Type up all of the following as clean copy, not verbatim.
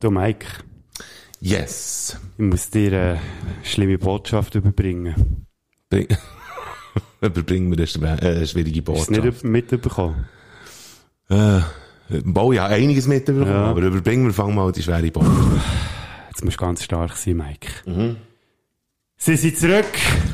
Du, Mike. Yes. Ich muss dir eine schlimme Botschaft überbringen. Überbringen wir eine schwierige Botschaft. Hast du nicht mitbekommen? Bau ja einiges mitbekommen, Ja. aber überbringen wir mal die schwere Botschaft. Jetzt musst du ganz stark sein, Mike. Mhm. Sie sind zurück.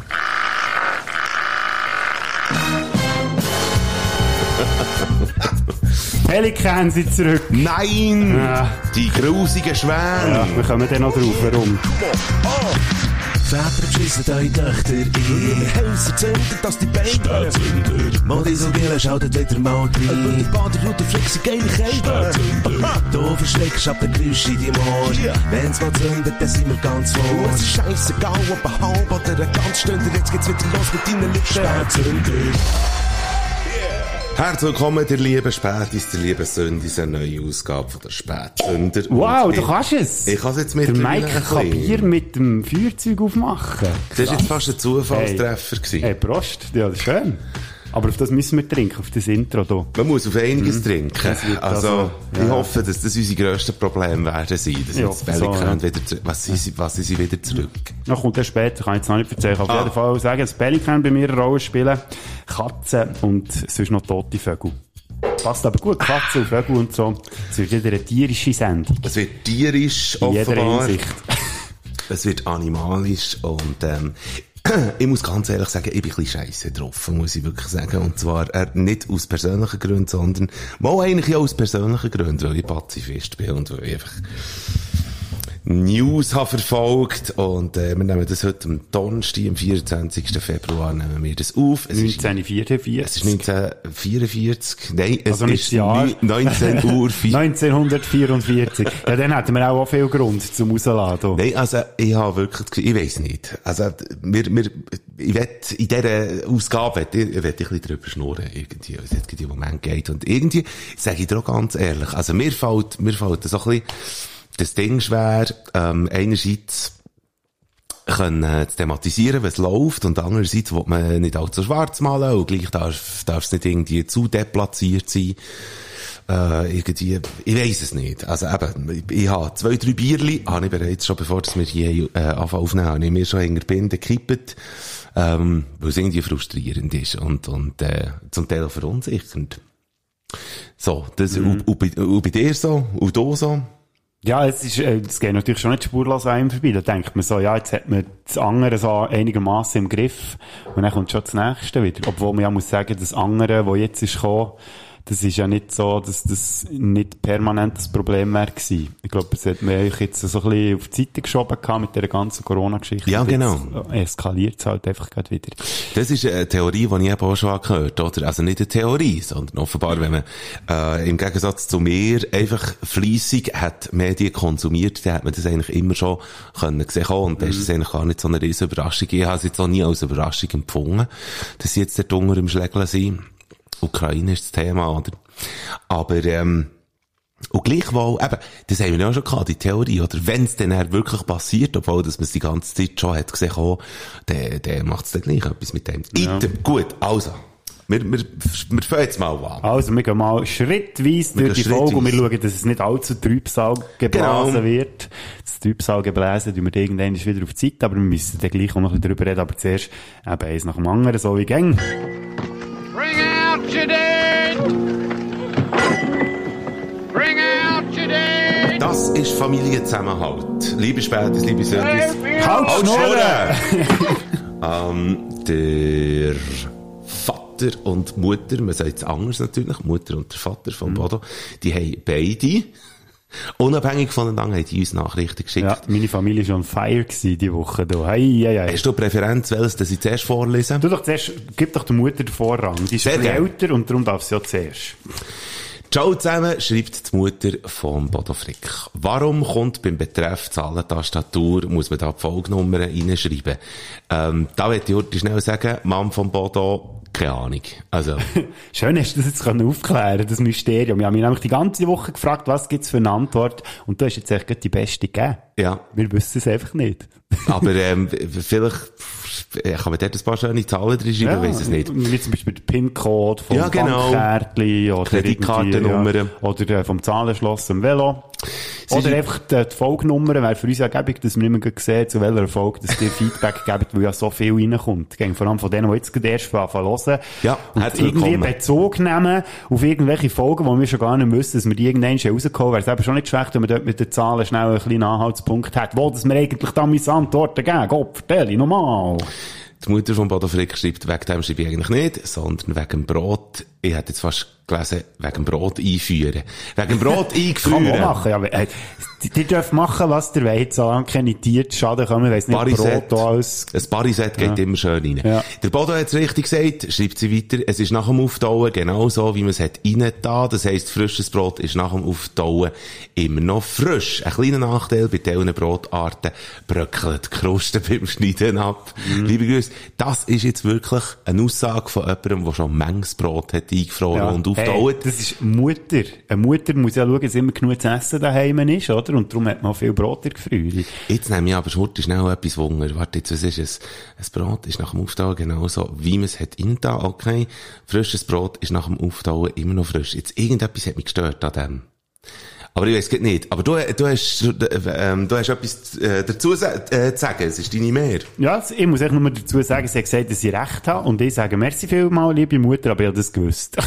Pelikane sind zurück. Nein! Ja. Die grusigen Schwäne! Ja, wir kommen dann noch drauf. Warum? Väter beschissen eure Töchter in Häuser zünden, dass die Beine Modisogele schaltet wieder mal rein. Die Baderroute flexen geile Kälte. Du verschreckst ab der Geräusche in deinem Ohr. Wenn's mal zündet, dann sind wir ganz vor. Es ist scheissegal, ob ein halb oder ein ganz Stunde. Jetzt geht's wieder los mit deinen Lippen. Spätzünder. Herzlich willkommen, der liebe Spätis, der liebe Sündis, eine neue Ausgabe von der Spätzünder. Wow, du kannst es! Ich kann es jetzt Der mittlerweile Mike kann Bier mit dem Feuerzeug aufmachen. Das war jetzt fast ein Zufallstreffer gewesen. Hey, Prost. Ja, das ist schön. Aber auf das müssen wir trinken, auf das Intro hier. Man muss auf einiges trinken. wird Also, ja. ich hoffe, dass das unsere grössten Probleme werden sein. Dass Ja, jetzt Pelikan so, wieder was sind sie wieder zurück? Noch kommt das später, kann ich jetzt noch nicht erzählen. Auf jeden Fall sagen, dass Pelikan bei mir eine Rolle spielen. Katzen und sonst noch tote Vögel. Passt aber gut, Katzen und Vögel und so. Es wird wieder eine tierische Sendung. Es wird tierisch, In jeder offenbar. Hinsicht. Es wird animalisch und ich muss ganz ehrlich sagen, ich bin ein bisschen scheisse drauf, muss ich wirklich sagen. Und zwar nicht aus persönlichen Gründen, sondern mal eigentlich auch aus persönlichen Gründen, weil ich Pazifist bin und weil ich einfach News habe verfolgt. Und wir nehmen das heute am Donnerstag, am 24. Februar, nehmen wir das auf. Es ist 1944. Es ist 1944, nein, es Also nicht ist das Jahr. 19 Uhr 4. 1944. Ja, dann hätten wir auch viel Grund zum rausladen. Nein, also, ich habe wirklich, ich weiss nicht. Also, ich wett, in dieser Ausgabe, ich ein bisschen drüber schnurren, irgendwie, wie es jetzt in dem Moment geht. Und irgendwie, sage ich dir auch ganz ehrlich, also, mir fällt so ein bisschen das Ding schwer, einerseits können zu thematisieren, was läuft, und andererseits will man nicht allzu schwarz malen, und gleich darf es nicht irgendwie zu deplatziert sein. Irgendwie, ich weiss es nicht. Also eben, ich habe 2-3 Bierli, habe ich bereits schon, bevor wir hier anfangen aufnehmen, habe ich mir schon hinter die Binde gekippt, weil es irgendwie frustrierend ist und zum Teil verunsichernd. So, das, und bei dir so, und du so? Ja, es geht natürlich schon nicht spurlos an einem vorbei. Da denkt man so, ja, jetzt hat man das andere so einigermaßen im Griff. Und dann kommt schon das Nächste wieder. Obwohl man ja muss sagen, das andere, das jetzt ist gekommen, das ist ja nicht so, dass das nicht permanent das Problem wäre gewesen. Ich glaube, es hat mir jetzt so ein bisschen auf die Seite geschoben gehabt mit dieser ganzen Corona-Geschichte. Ja, genau. Jetzt eskaliert es halt einfach gerade wieder. Das ist eine Theorie, die ich eben auch schon gehört habe, oder? Also nicht eine Theorie, sondern offenbar, wenn man im Gegensatz zu mir einfach fleissig hat Medien konsumiert, dann hat man das eigentlich immer schon können sehen können, und das ist es eigentlich gar nicht so eine riesen Überraschung. Ich habe es jetzt auch nie als Überraschung empfunden, dass sie jetzt dort unter im Schlägeln sind. Ukraine ist das Thema, oder? Aber, und gleichwohl, eben, das haben wir ja auch schon gehabt, die Theorie, oder? Wenn es dann wirklich passiert, obwohl, dass man es die ganze Zeit schon hat gesehen, dann macht es dann gleich etwas mit dem. Ja. Gut, also. Wir fangen jetzt mal an. Also, wir gehen mal schrittweise durch die Folge und wir schauen, dass es nicht allzu Trübsal geblasen wird. Das Trübsal geblasen tun wir irgendwann wieder auf die Seite, aber wir müssen dann gleich auch noch ein bisschen drüber reden, aber zuerst eben eins nach dem anderen, so wie gäng. Bring out your dead! Bring out your dead! Das ist Familienzusammenhalt. Liebe Spätis, liebe Sündis. Halt Schnurren! Der Vater und Mutter, man sagt es anders natürlich, Mutter und der Vater von Bodo, die haben beide, unabhängig voneinander, haben die uns Nachrichten geschickt. Ja, meine Familie war schon on fire diese Woche da. Hei. Hast du eine Präferenz, welches, dass ich zuerst vorlesen? Du doch zuerst, gib doch der Mutter den Vorrang. Die ist ein bisschen älter und darum darf sie ja zuerst. Ciao zusammen, schreibt die Mutter von Bodo Frick. Warum kommt beim Betreff Zahlentastatur, muss man da die Folgenummer reinschreiben? Da möchte ich heute schnell sagen, Mann von Bodo, keine Ahnung. Also. Schön hast du das jetzt aufklären, das Mysterium. Ich habe mich nämlich die ganze Woche gefragt, was gibt's für eine Antwort, und du hast jetzt echt die beste gegeben. Ja. Wir wissen es einfach nicht. Aber vielleicht kann man dort ein paar schöne Zahlen drin schreiben, weiss es nicht. Wie zum Beispiel der PIN-Code vom Bankkärtchen oder Kreditkartennummer. Oder vom Zahlenschloss im Velo. Oder einfach die Folgenummer wäre für uns ja gäbig, dass wir immer sehen, zu welcher Folge dass dir Feedback gebt, weil ja so viel reinkommt. Vor allem von denen, die jetzt gerade erst anfangen hören. Ja, und irgendwie Bezug nehmen auf irgendwelche Folgen, die wir schon gar nicht wissen, dass wir die irgendwann schon rausgekommen. Wäre es eben schon nicht schlecht, wenn man dort mit den Zahlen schnell einen kleinen Anhaltspunkt hat. Wo, dass wir eigentlich da meine Antworten geben? Gott, vertell ich nochmal. Die Mutter von Bodo Frick schreibt, wegen dem schreibe ich eigentlich nicht, sondern wegen dem Brot. Ich hätte jetzt fast gelesen, wegen dem Brot einführen. Wegen dem Brot einführen. Kann man machen, ja. Die dürfen machen, was ihr wollt, solange keine Tiere zu Schaden kommen, weiss nicht, Pariset. Brot alles. Ein Pariset geht immer schön rein. Ja. Der Bodo hat es richtig gesagt, schreibt sie weiter, es ist nach dem Auftauen genauso, wie man es hat reingetan. Das heisst, frisches Brot ist nach dem Auftauen immer noch frisch. Ein kleiner Nachteil bei diesen Brotarten bröckelt die Kruste beim Schneiden ab. Liebe Grüße, das ist jetzt wirklich eine Aussage von jemandem, der schon manches Brot hat eingefroren und auftauen. Hey, das ist Mutter. Eine Mutter muss ja schauen, dass immer genug zu essen daheim ist, oder? Und darum hat man auch viel Brot in der Gefriere. Jetzt nehme ich aber schon schnell etwas Wunder. Warte, jetzt, was ist es? Ein Brot ist nach dem Auftauen genauso, wie man es hat reingetan. Okay. Frisches Brot ist nach dem Auftauen immer noch frisch. Jetzt, irgendetwas hat mich gestört an dem. Aber ich weiss nicht. Aber du hast etwas dazu zu sagen. Es ist deine Mehr. Ja, ich muss echt nur dazu sagen, sie hat gesagt, dass ich recht habe. Und ich sage, merci vielmal, liebe Mutter, aber ich habe das gewusst.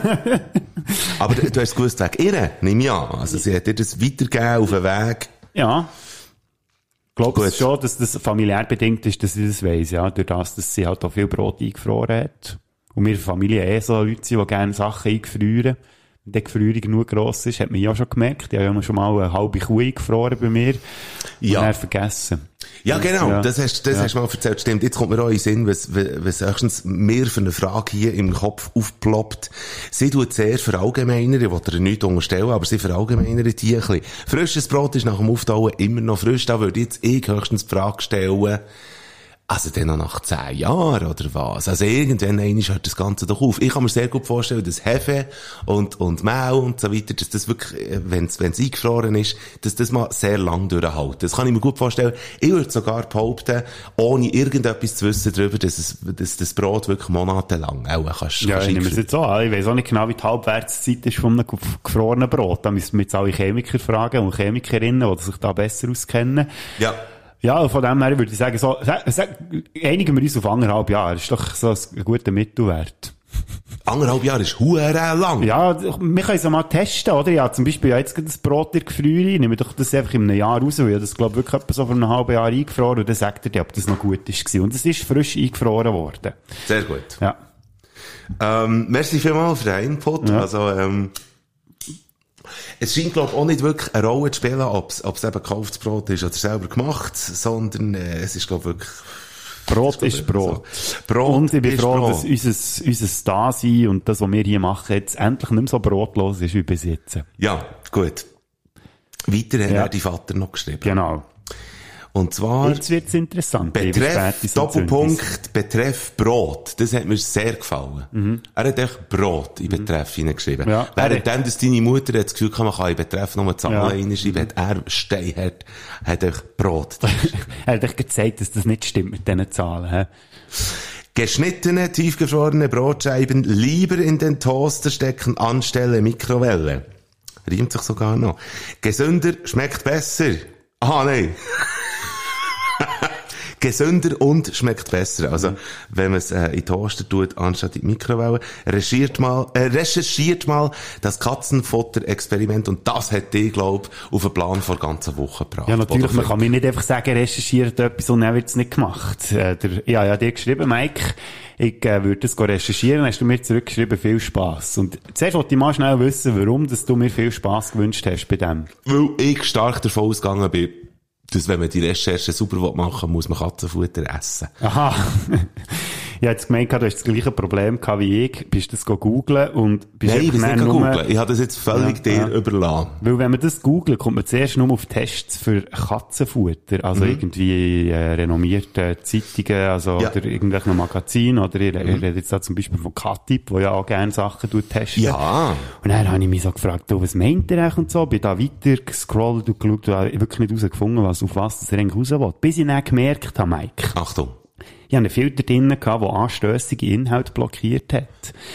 Aber du hast gewusst, wegen ihr, nehme ich an. Also sie hat dir das weitergegeben auf den Weg. Ja. Ich glaube schon, dass das familiär bedingt ist, dass ich das weiss, ja. Durch das, dass sie halt auch viel Brot eingefroren hat. Und wir Familie so Leute sind, die gerne Sachen eingefrieren. Wenn die Gefrierung genug gross ist, hat man ja schon gemerkt. Ich habe ja schon mal eine halbe Kuh eingefroren bei mir. Ja. Und dann vergessen. Ja, genau. Ja. Das hast du mal erzählt. Stimmt. Jetzt kommt mir auch in den Sinn, was erstens mir für eine Frage hier im Kopf aufploppt. Sie tut sehr verallgemeinern. Ich will ihr nichts unterstellen, aber sie verallgemeinert hier ein bisschen. Frisches Brot ist nach dem Auftauen immer noch frisch. Da würde jetzt höchstens die Frage stellen, also dann noch nach 10 Jahren, oder was? Also irgendwann hört das Ganze doch auf. Ich kann mir sehr gut vorstellen, dass Hefe und Mehl und so weiter, dass das wirklich, wenn's eingefroren ist, dass das mal sehr lang durchhält. Das kann ich mir gut vorstellen. Ich würde sogar behaupten, ohne irgendetwas zu wissen darüber, dass das Brot wirklich monatelang auch kannst. Ja, ich nehme es jetzt auch an. Ich weiss auch nicht genau, wie die Halbwertszeit ist von einem gefrorenen Brot. Da müssen wir jetzt alle Chemiker fragen und Chemikerinnen, die sich da besser auskennen. Ja. Ja, von dem her würde ich sagen, so, einigen wir uns auf 1,5 Jahre. Das ist doch so ein guter Mittelwert. 1,5 Jahre ist hure lang. Ja, wir können es ja mal testen, oder? Ja, zum Beispiel jetzt das Brot in der Gefriere. Ich nehme doch das einfach in einem Jahr raus, weil ich das, glaube ich, wirklich etwa so vor einem halben Jahr eingefroren und dann sagt er dir, ob das noch gut ist. Und es ist frisch eingefroren worden. Sehr gut. Ja. Merci vielmals für den Input. Ja. Also, es scheint, glaube ich, auch nicht wirklich eine Rolle zu spielen, ob es eben gekauftes Brot ist oder selber gemacht, sondern es ist, glaube ich, wirklich... Brot ist Brot. So. Brot und ich bin froh, Brot. dass unser Dasein und das, was wir hier machen, jetzt endlich nicht mehr so brotlos ist wie bis jetzt. Ja, gut. Weiter hat die Vater noch geschrieben. Genau. Und zwar... Jetzt wird's interessant. Betreff, Doppelpunkt, Betreff Brot. Das hat mir sehr gefallen. Mhm. Er hat echt Brot in Betreff hineingeschrieben. Ja. Während dann, dass deine Mutter das Gefühl kann, man kann in Betreff nur Zahlen hineinschreiben, hat er steinhart, hat echt Brot. Er hat echt gesagt, dass das nicht stimmt mit diesen Zahlen. He? Geschnittene, tiefgefrorene Brotscheiben lieber in den Toaster stecken, anstelle Mikrowelle. Reimt sich sogar noch. Gesünder, schmeckt besser. Ah, nein. Gesünder und schmeckt besser. Also, wenn man es in den Toaster tut, anstatt in die Mikrowelle. Recherchiert mal das Katzenfutter-Experiment und das hat die, glaube ich, auf den Plan vor der ganzen Woche gebracht. Ja, natürlich, man kann mir nicht einfach sagen, recherchiert etwas und dann wird es nicht gemacht. Ja, dir geschrieben, Mike, ich würde das recherchieren, dann hast du mir zurückgeschrieben, viel Spass. Und zuerst wollte ich mal schnell wissen, warum dass du mir viel Spass gewünscht hast bei dem. Weil ich stark davon ausgegangen bin, dass wenn man die Recherche sauber machen will, muss man Katzenfutter essen. Aha. Ich habe jetzt gemeint, du hast das gleiche Problem gehabt wie ich. Bist du das googlen und bist Nein, ich bin nicht googeln. Ich habe das jetzt völlig dir überlassen. Weil wenn man das googelt, kommt man zuerst nur auf Tests für Katzenfutter. Also irgendwie renommierte Zeitungen, also oder irgendwelche Magazine. Oder ich rede jetzt da zum Beispiel von Katip, wo ja auch gerne Sachen testen. Ja. Und dann habe ich mich so gefragt, was meint ihr eigentlich und so? Bin da weiter gescrollt und geschaut und habe wirklich nicht herausgefunden, auf was das eigentlich raus will. Bis ich dann gemerkt habe, Mike. Achtung. Ich hatte einen Filter drin, der anstössige Inhalte blockiert hat.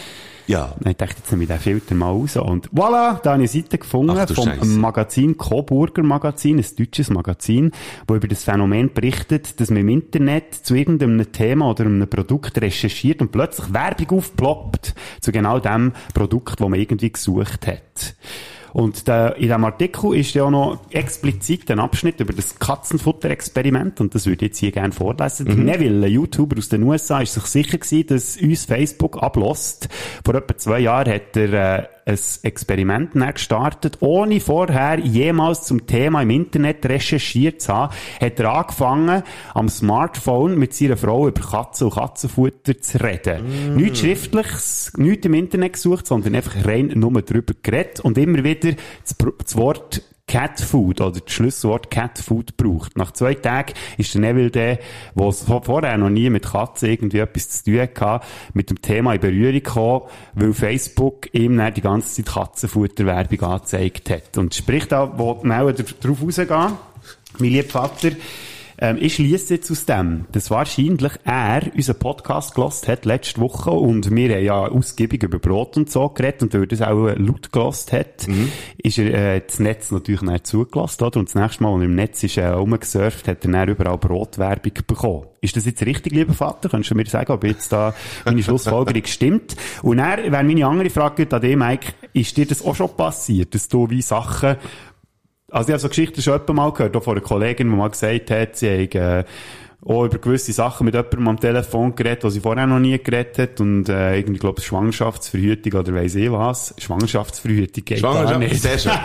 Ja. Ich dachte, jetzt nehme ich den Filter mal raus. Und voilà, da habe ich eine Seite gefunden vom Scheisse. Magazin Coburger Magazin, ein deutsches Magazin, wo über das Phänomen berichtet, dass man im Internet zu irgendeinem Thema oder einem Produkt recherchiert und plötzlich Werbung aufploppt zu genau dem Produkt, das man irgendwie gesucht hat. Und in diesem Artikel ist ja auch noch explizit ein Abschnitt über das Katzenfutter-Experiment, und das würde ich jetzt hier gerne vorlesen. Neville, ein YouTuber aus den USA, ist sich sicher gewesen, dass uns Facebook ablässt. Vor etwa 2 Jahren hat er ein Experiment gestartet, ohne vorher jemals zum Thema im Internet recherchiert zu haben, hat er angefangen, am Smartphone mit seiner Frau über Katzen und Katzenfutter zu reden. Nichts Schriftliches, nichts im Internet gesucht, sondern einfach rein nur darüber geredet und immer wieder das Wort Cat Food oder das Schlüsselwort Cat Food braucht. Nach 2 Tagen ist der Neville der vorher noch nie mit Katzen irgendwie etwas zu tun hatte, mit dem Thema in Berührung gekommen, weil Facebook ihm dann die ganze Zeit Katzenfutterwerbung angezeigt hat. Und sprich da, wo die Mail drauf rausgehen, mein lieber Vater, ich schliesse jetzt aus dem, dass wahrscheinlich er unseren Podcast gehört hat letzte Woche und wir haben ja ausgiebig über Brot und so geredet und weil er das auch laut gehört hat, ist er das Netz natürlich nicht zugelassen, oder? Und das nächste Mal, als er im Netz ist rumgesurft, hat er dann überall Brotwerbung bekommen. Ist das jetzt richtig, lieber Vater? Könntest du mir sagen, ob jetzt da meine Schlussfolgerung stimmt? Und dann wäre meine andere Frage an dich, Mike, ist dir das auch schon passiert, dass du wie Sachen, also ich habe so Geschichten schon öfter mal gehört, auch von einer Kollegin, die mal gesagt hat, sie haben auch über gewisse Sachen mit jemandem am Telefon geredet, die sie vorher noch nie geredet hat und irgendwie, glaube ich, Schwangerschaftsverhütung oder weiss ich was. Schwangerschaftsverhütung geht gar nicht. Sehr schön.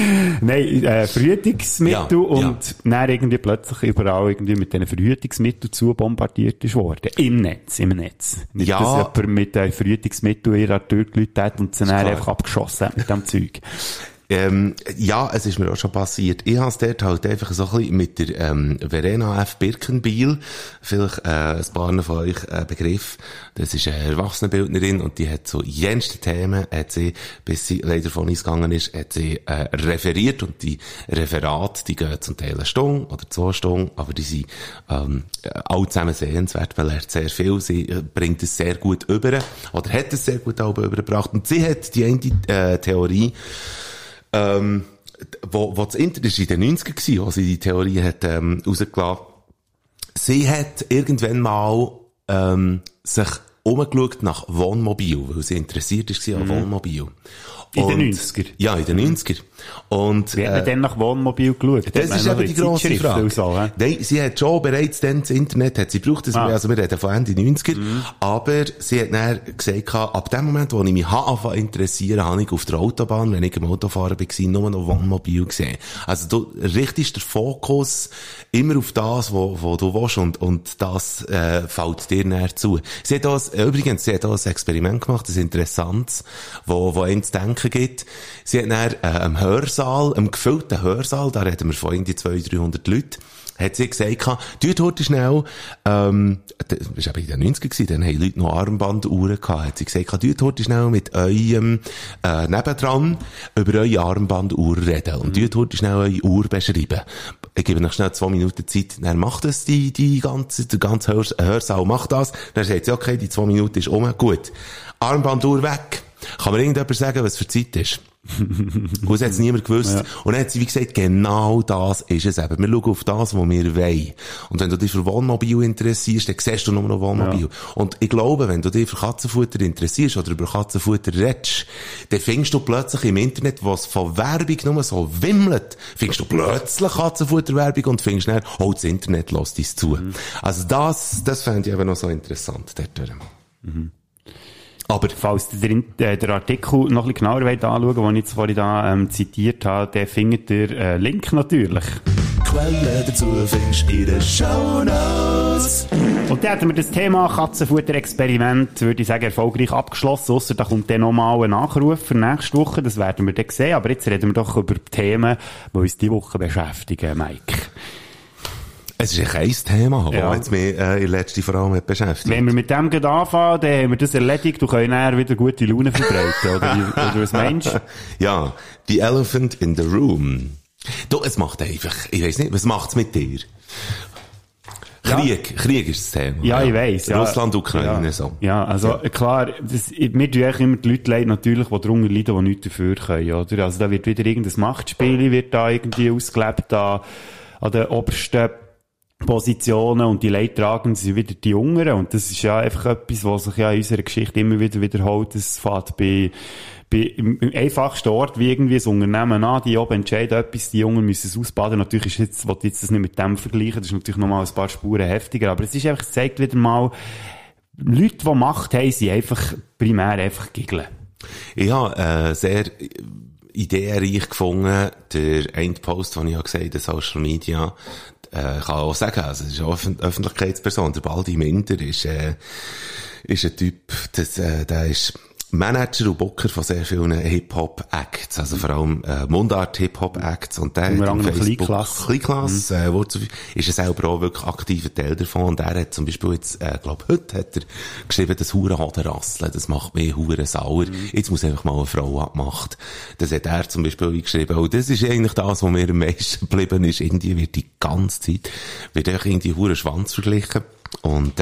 Nein, Verhütungsmittel Ja, und dann irgendwie plötzlich überall irgendwie mit diesen Verhütungsmitteln zu bombardiert ist worden. Im Netz. Nicht, Ja. dass jemand mit Verhütungsmitteln ihrer Tür gelüht hat und sie dann klar. einfach abgeschossen hat mit dem Zeug. Ja, es ist mir auch schon passiert. Ich habe es dort halt einfach so ein bisschen mit der Verena F. Birkenbiel, vielleicht ein paar von euch Begriff. Das ist eine Erwachsenenbildnerin und die hat so jenste Themen, hat sie, bis sie leider von uns gegangen ist, hat sie referiert und die Referate, die gehen zum Teil 1 Stunde oder 2 Stunden, aber die sind alle zusammen sehenswert, weil er sehr viel, sie bringt es sehr gut über oder hat es sehr gut auch übergebracht und sie hat die eine Theorie, wo das Internet ist in den 90er gewesen, wo sie die Theorie hat, rausgelassen. Sie hat irgendwann mal, sich umgeschaut nach Wohnmobil, weil sie interessiert ist an Wohnmobil. In den 90er? Ja, in den 90er. Und, Wie hat man dann nach Wohnmobil geschaut? das ist eben die grosse Frage. So, Nein, sie hat schon bereits dann das Internet, hat sie gebraucht, also wir reden von Ende 90er, aber sie hat dann gesagt, ab dem Moment, wo ich mich anfangen interessieren, habe ich auf der Autobahn, wenn ich im Autofahren war, nur noch Wohnmobil gesehen. Also du richtest den Fokus immer auf das, wo du willst und das fällt dir näher zu. Sie hat auch ein Experiment gemacht, ein interessantes, wo einem zu denken gibt. Sie hat dann einem gefüllten Hörsaal, da reden wir von irgendwie 200-300 Leuten, hat sie gesagt, tut heute schnell, das war eben in den 90er gewesen, dann haben Leute noch Armbanduhren gehabt, hat sie gesagt, tut heute schnell mit eurem nebendran über eure Armbanduhr reden und tut heute schnell eure Uhr beschreiben. Ich gebe noch schnell 2 Minuten Zeit, dann macht das der ganze Hörsaal macht das, dann sagt sie, okay, die 2 Minuten ist gut. Armbanduhr weg. Kann mir irgendjemand sagen, was für Zeit ist? Und das hat es niemand gewusst. Ja. Und dann hat sie, wie gesagt, genau das ist es eben. Wir schauen auf das, was wir wollen. Und wenn du dich für Wohnmobil interessierst, dann siehst du nur noch Wohnmobil. Ja. Und ich glaube, wenn du dich für Katzenfutter interessierst oder über Katzenfutter redest, dann findest du plötzlich im Internet, was von Werbung nur so wimmelt, findest du plötzlich Katzenfutterwerbung und findest dann, das Internet lässt uns zu. Also das fände ich eben noch so interessant, dort. Aber falls ihr der Artikel noch ein bisschen genauer anschauen wollt, den ich jetzt vorhin da zitiert habe, dann findet ihr Link natürlich. Quellen dazu findest du in den Shownotes. Und dann hätten wir das Thema Katzenfutter-Experiment, würde ich sagen, erfolgreich abgeschlossen, ausser da kommt dann nochmal ein Nachruf für nächste Woche, das werden wir dann sehen, aber jetzt reden wir doch über Themen, die uns diese Woche beschäftigen, Mike. Es ist ein Thema, das jetzt mich in letzter vor allem beschäftigt. Wenn wir mit dem anfangen, dann haben wir das erledigt und können dann wieder gute Laune verbreiten, oder was meinst du? Ja, the elephant in the room. Du, es macht einfach, ich weiss nicht, was macht's mit dir? Krieg ist das Thema. Ja, ich weiss. Ja. Russland, Ukraine, ja. so. Ja, also klar, mir tun immer die Leute leid, natürlich, die darunter leiden, die nichts dafür können, oder? Also da wird wieder irgendein Machtspiel, wird da irgendwie ausgelebt, da an den obersten Positionen, und die Leidtragenden sind wieder die Jüngeren, und das ist ja einfach etwas, was sich ja in unserer Geschichte immer wieder wiederholt. Das fängt im einfachsten Ort wie irgendwie das Unternehmen an, die oben entscheiden etwas, die Jungen müssen es ausbaden. Natürlich ist jetzt, will ich jetzt das nicht mit dem vergleichen, das ist natürlich nochmal ein paar Spuren heftiger, aber es ist einfach, es zeigt wieder mal, Leute, die Macht haben, sind einfach primär einfach Giggeln. Ich habe sehr ideenreich gefunden, der eine Post, den ich habe gesehen in Social Media. Ich kann auch sagen, also es ist eine Öffentlichkeitsperson, der Baldi Minder ist ein Typ, der ist Manager und Booker von sehr vielen Hip-Hop-Acts, also vor allem Mundart-Hip-Hop-Acts, und der hat auf Facebook Kleinklasse, ist er selber auch wirklich aktiver Teil davon, und er hat zum Beispiel jetzt, heute hat er geschrieben, das Hurenhodenrasseln, das macht mich hure sauer, jetzt muss einfach mal eine Frau abmacht. Das hat er zum Beispiel geschrieben, und das ist eigentlich das, was mir am meisten geblieben ist, irgendwie wird die ganze Zeit, wird einfach irgendwie hure Schwanz verglichen, und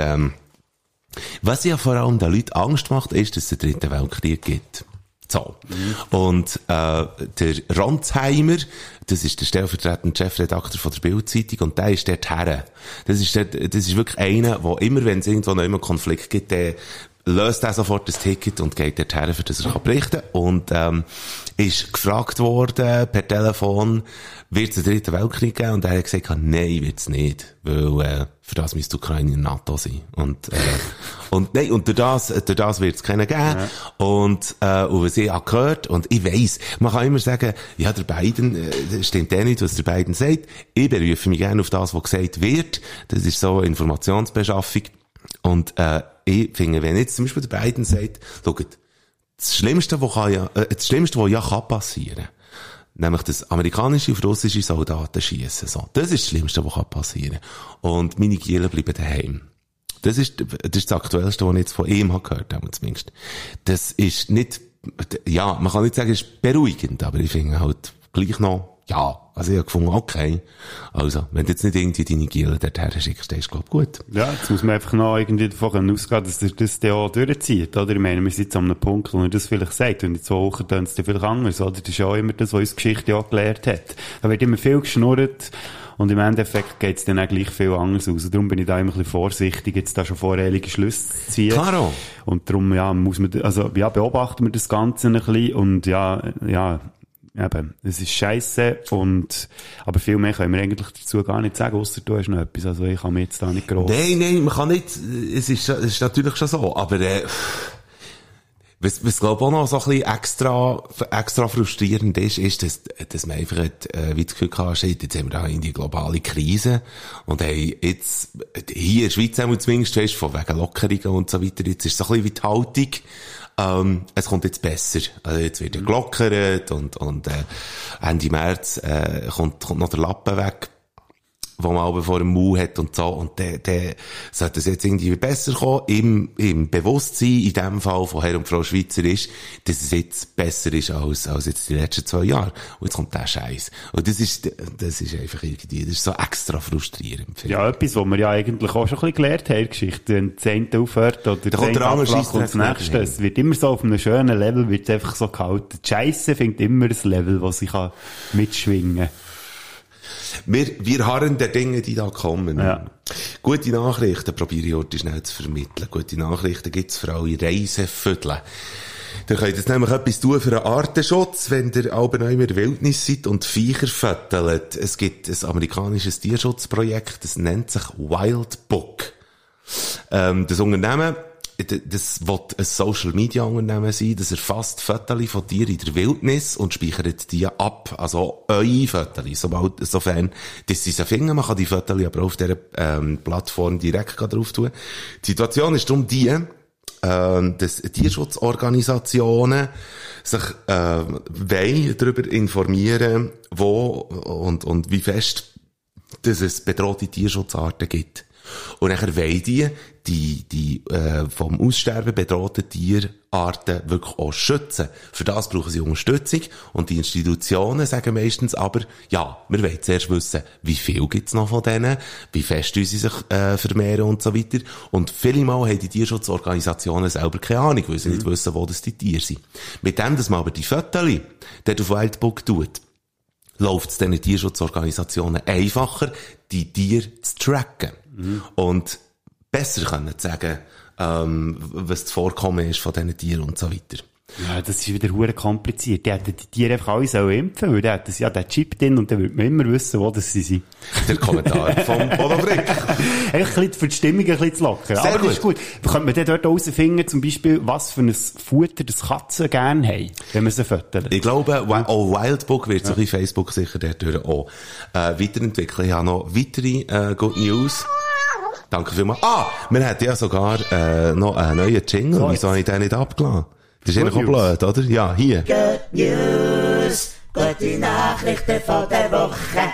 was ja vor allem den Leuten Angst macht, ist, dass es den Dritten Weltkrieg gibt. So. Und der Ronsheimer, das ist der stellvertretende Chefredakteur von der Bild-Zeitung, und der ist dort her. Das ist wirklich einer, der immer, wenn es irgendwo noch immer Konflikt gibt, der löst er sofort das Ticket und geht dort her, für das er berichten kann. Und ist gefragt worden per Telefon, wird es einen Dritten Weltkrieg geben? Und er hat gesagt, nein, wird es nicht. Weil für das müsste die Ukraine in NATO sein. Und durch das wird es keinen geben. Ja. Und was ich auch gehört, und ich weiss, man kann immer sagen, ja, der Biden, stimmt nicht, was der Biden sagt. Ich berufe mich gerne auf das, was gesagt wird. Das ist so Informationsbeschaffung. Und ich finde, wenn jetzt zum Beispiel der Biden sagt, schaut, das Schlimmste, was passieren kann, nämlich, dass amerikanische und russische Soldaten schiessen. So. Das ist das Schlimmste, was passieren kann. Und meine Gielen bleiben daheim. Das ist das Aktuellste, was ich jetzt von ihm gehört habe, zumindest. Das ist nicht, ja, man kann nicht sagen, es ist beruhigend, aber ich finde halt gleich noch, ja, also ich habe gefunden, okay. Also, wenn du jetzt nicht irgendwie deine Gielen dorthin schickst, dann ist, glaube ich, gut. Ja, jetzt muss man einfach noch irgendwie davon ausgehen, dass er das dann auch durchzieht, oder? Ich meine, wir sind jetzt an einem Punkt, wo er das vielleicht sagt, und in 2 Wochen tun es dann vielleicht anders, oder? Das ist ja auch immer das, was uns die Geschichte auch gelehrt hat. Da wird immer viel geschnurrt, und im Endeffekt geht es dann auch gleich viel anders aus. Und darum bin ich da immer ein bisschen vorsichtig, jetzt da schon voreilige Schlüsse zu ziehen. Klaro. Und darum, ja, muss man, also, ja, beobachten wir das Ganze ein bisschen, und ja, eben, es ist scheisse, aber viel mehr können wir eigentlich dazu gar nicht sagen, ausser du hast noch etwas. Also ich kann mir jetzt da nicht gross... Nein, man kann nicht, es ist natürlich schon so, aber was glaube ich auch noch so ein bisschen extra frustrierend ist, dass man einfach wie das Gefühl hat, jetzt haben wir da in die globale Krise, und hey, jetzt, hier in der Schweiz haben wir zumindest fest, von wegen Lockerungen und so weiter, jetzt ist so ein bisschen wie die Haltung, es kommt jetzt besser. Also jetzt wird gelockert, und Ende März kommt noch der Lappen weg, wo man aber vor dem Mund hat und so, und der sollte es jetzt irgendwie besser kommen, im Bewusstsein, in dem Fall von Herr und Frau Schweizer ist, dass es jetzt besser ist als jetzt die letzten 2 Jahre. Und jetzt kommt der Scheiß. Und das ist einfach irgendwie, das ist so extra frustrierend. Ja, etwas, was wir ja eigentlich auch schon ein bisschen gelernt haben in der Geschichte. Wenn das eine aufhört, oder das andere abflacht und das nächste. Es wird immer so auf einem schönen Level, wird es einfach so gehalten. Die Scheisse findet immer ein Level, das sich mitschwingen kann. Wir harren der Dinge, die da kommen. Ja. Gute Nachrichten probiere ich heute schnell zu vermitteln. Gute Nachrichten gibt's für alle Reiseviertel. Ihr könnt jetzt nämlich etwas tun für einen Artenschutz, wenn ihr alle neu in der Wildnis seid und Viecher fötelt. Es gibt ein amerikanisches Tierschutzprojekt, das nennt sich Wild Book. Das Unternehmen, das wird ein Social-Media-Unternehmen sein, das erfasst Fotos von dir in der Wildnis und speichert die ab. Also eure Fotos, sofern dass sie sie finden. Man kann die Fotos aber auf dieser Plattform direkt drauf tun. Die Situation ist darum die, dass Tierschutzorganisationen sich wollen darüber informieren, wo und wie fest dass es bedrohte Tierschutzarten gibt. Und nachher wollen die vom Aussterben bedrohten Tierarten wirklich auch schützen. Für das brauchen sie Unterstützung. Und die Institutionen sagen meistens aber, ja, wir wollen zuerst wissen, wie viel gibt's noch von denen, wie fest sie sich vermehren und so weiter. Und viele Mal haben die Tierschutzorganisationen selber keine Ahnung, weil sie nicht wissen, wo das die Tiere sind. Mit dem, dass man aber die Fotos dort auf Wildbook tut, läuft es diesen Tierschutzorganisationen einfacher, die Tiere zu tracken. Und besser können zu sagen, was das Vorkommen ist von diesen Tieren und so weiter. Ja, das ist wieder hure kompliziert. Die hätten die Tiere einfach alle sollen impfen, weil die hätten ja den Chip drin und dann würde man immer wissen, wo das sie sind. Der Kommentar von Bodo Frick. Eigentlich für die Stimmung ein bisschen zu lockern. Sehr Aber gut. das ist gut. Könnte man dann dort herausfinden, zum Beispiel, was für ein Futter das Katzen gerne haben, wenn man sie föteln? Ich glaube, auch Wildbook wird sich in Facebook sicher dadurch auch weiterentwickeln. Ich habe noch weitere Good News. Danke vielmals. Wir hätten ja sogar noch einen neuen Jingle. So, wieso habe ich den nicht abgelassen? Das ist Good eigentlich auch blöd, oder? Ja, hier. Good News, gute Nachrichten von der Woche.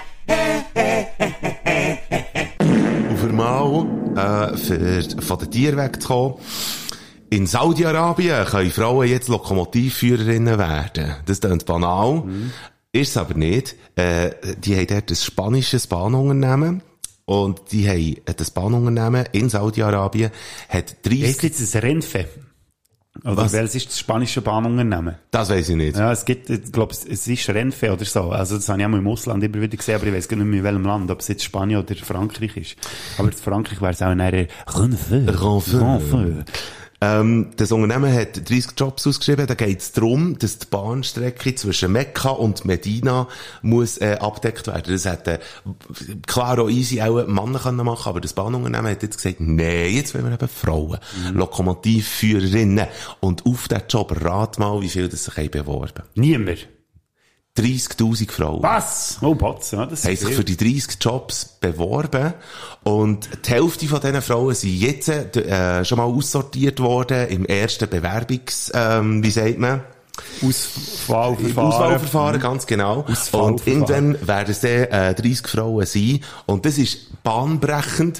Auf einmal, von den Tieren wegzukommen. In Saudi-Arabien können Frauen jetzt Lokomotivführerinnen werden. Das klingt banal. Ist es aber nicht. Die haben dort ein spanisches Bahnunternehmen. Und die haben, das Bahnunternehmen in Saudi-Arabien hat 30... Ist jetzt ein Renfe? Oder Was? welches ist das spanische Bahnunternehmen? Das weiss ich nicht. Ja, es gibt, ich glaube, es ist Renfe oder so. Also, das habe ich auch mal im Ausland immer wieder gesehen, aber ich weiss gar nicht mehr in welchem Land, ob es jetzt Spanien oder Frankreich ist. Aber in Frankreich wäre es auch eine Renfe. Das Unternehmen hat 30 Jobs ausgeschrieben. Da geht es darum, dass die Bahnstrecke zwischen Mekka und Medina muss abgedeckt werden. Das hätte klar auch easy auch Männer können machen, aber das Bahnunternehmen hat jetzt gesagt, nee, jetzt wollen wir eben Frauen, Lokomotivführerinnen. Und auf diesen Job, rat mal, wie viel das sich beworben. Niemand. 30.000 Frauen. Was? Oh, Potz, ja, das Haben ist sich für die 30 Jobs beworben und die Hälfte von diesen Frauen sind jetzt schon mal aussortiert worden im ersten wie sagt man? Auswahlverfahren, ganz genau. Und irgendwann werden es dann 30 Frauen sein. Und das ist bahnbrechend.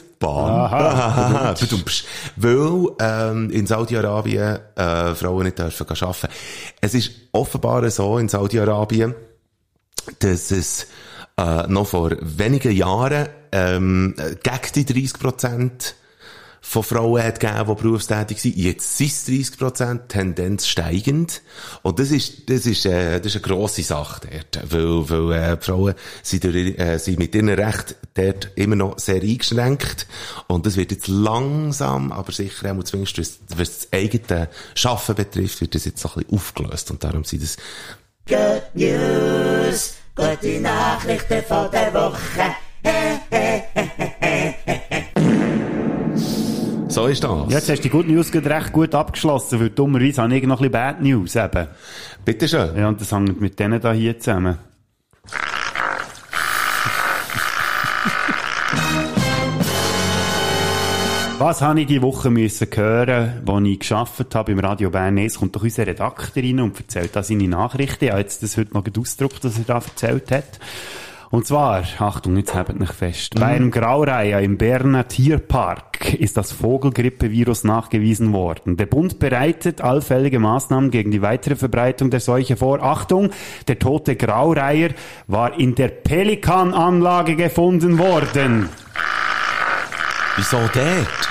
Weil in Saudi-Arabien Frauen nicht dürfen arbeiten. Es ist offenbar so in Saudi-Arabien, dass es noch vor wenigen Jahren gegen die 30% von Frauen hat gegeben, die berufstätig sind. Jetzt sind es 30%, Tendenz steigend. Und das ist eine grosse Sache dort. Weil die Frauen sind mit ihren Rechten dort immer noch sehr eingeschränkt. Und das wird jetzt langsam, aber sicher auch zumindest, was das eigene Schaffen betrifft, wird das jetzt so ein bisschen aufgelöst. Und darum sind das Good News, gute Nachrichten von der Woche. so ist das. Jetzt hast du die Good News gerade recht gut abgeschlossen, weil dummerweise habe ich noch ein bisschen Bad News eben. Bitte schön. Ja, und das hängt mit denen da hier zusammen. Was habe ich diese Woche müssen hören, als ich gearbeitet habe im Radio Bern? Es kommt doch unser Redakteur rein und erzählt da seine Nachrichten. Ich habe jetzt das heute noch ausgedruckt, was er da erzählt hat. Und zwar, Achtung, jetzt haltet mich fest. Bei einem Graureiher im Berner Tierpark ist das Vogelgrippevirus nachgewiesen worden. Der Bund bereitet allfällige Maßnahmen gegen die weitere Verbreitung der Seuche vor. Achtung, der tote Graureiher war in der Pelikananlage gefunden worden. Wieso dort?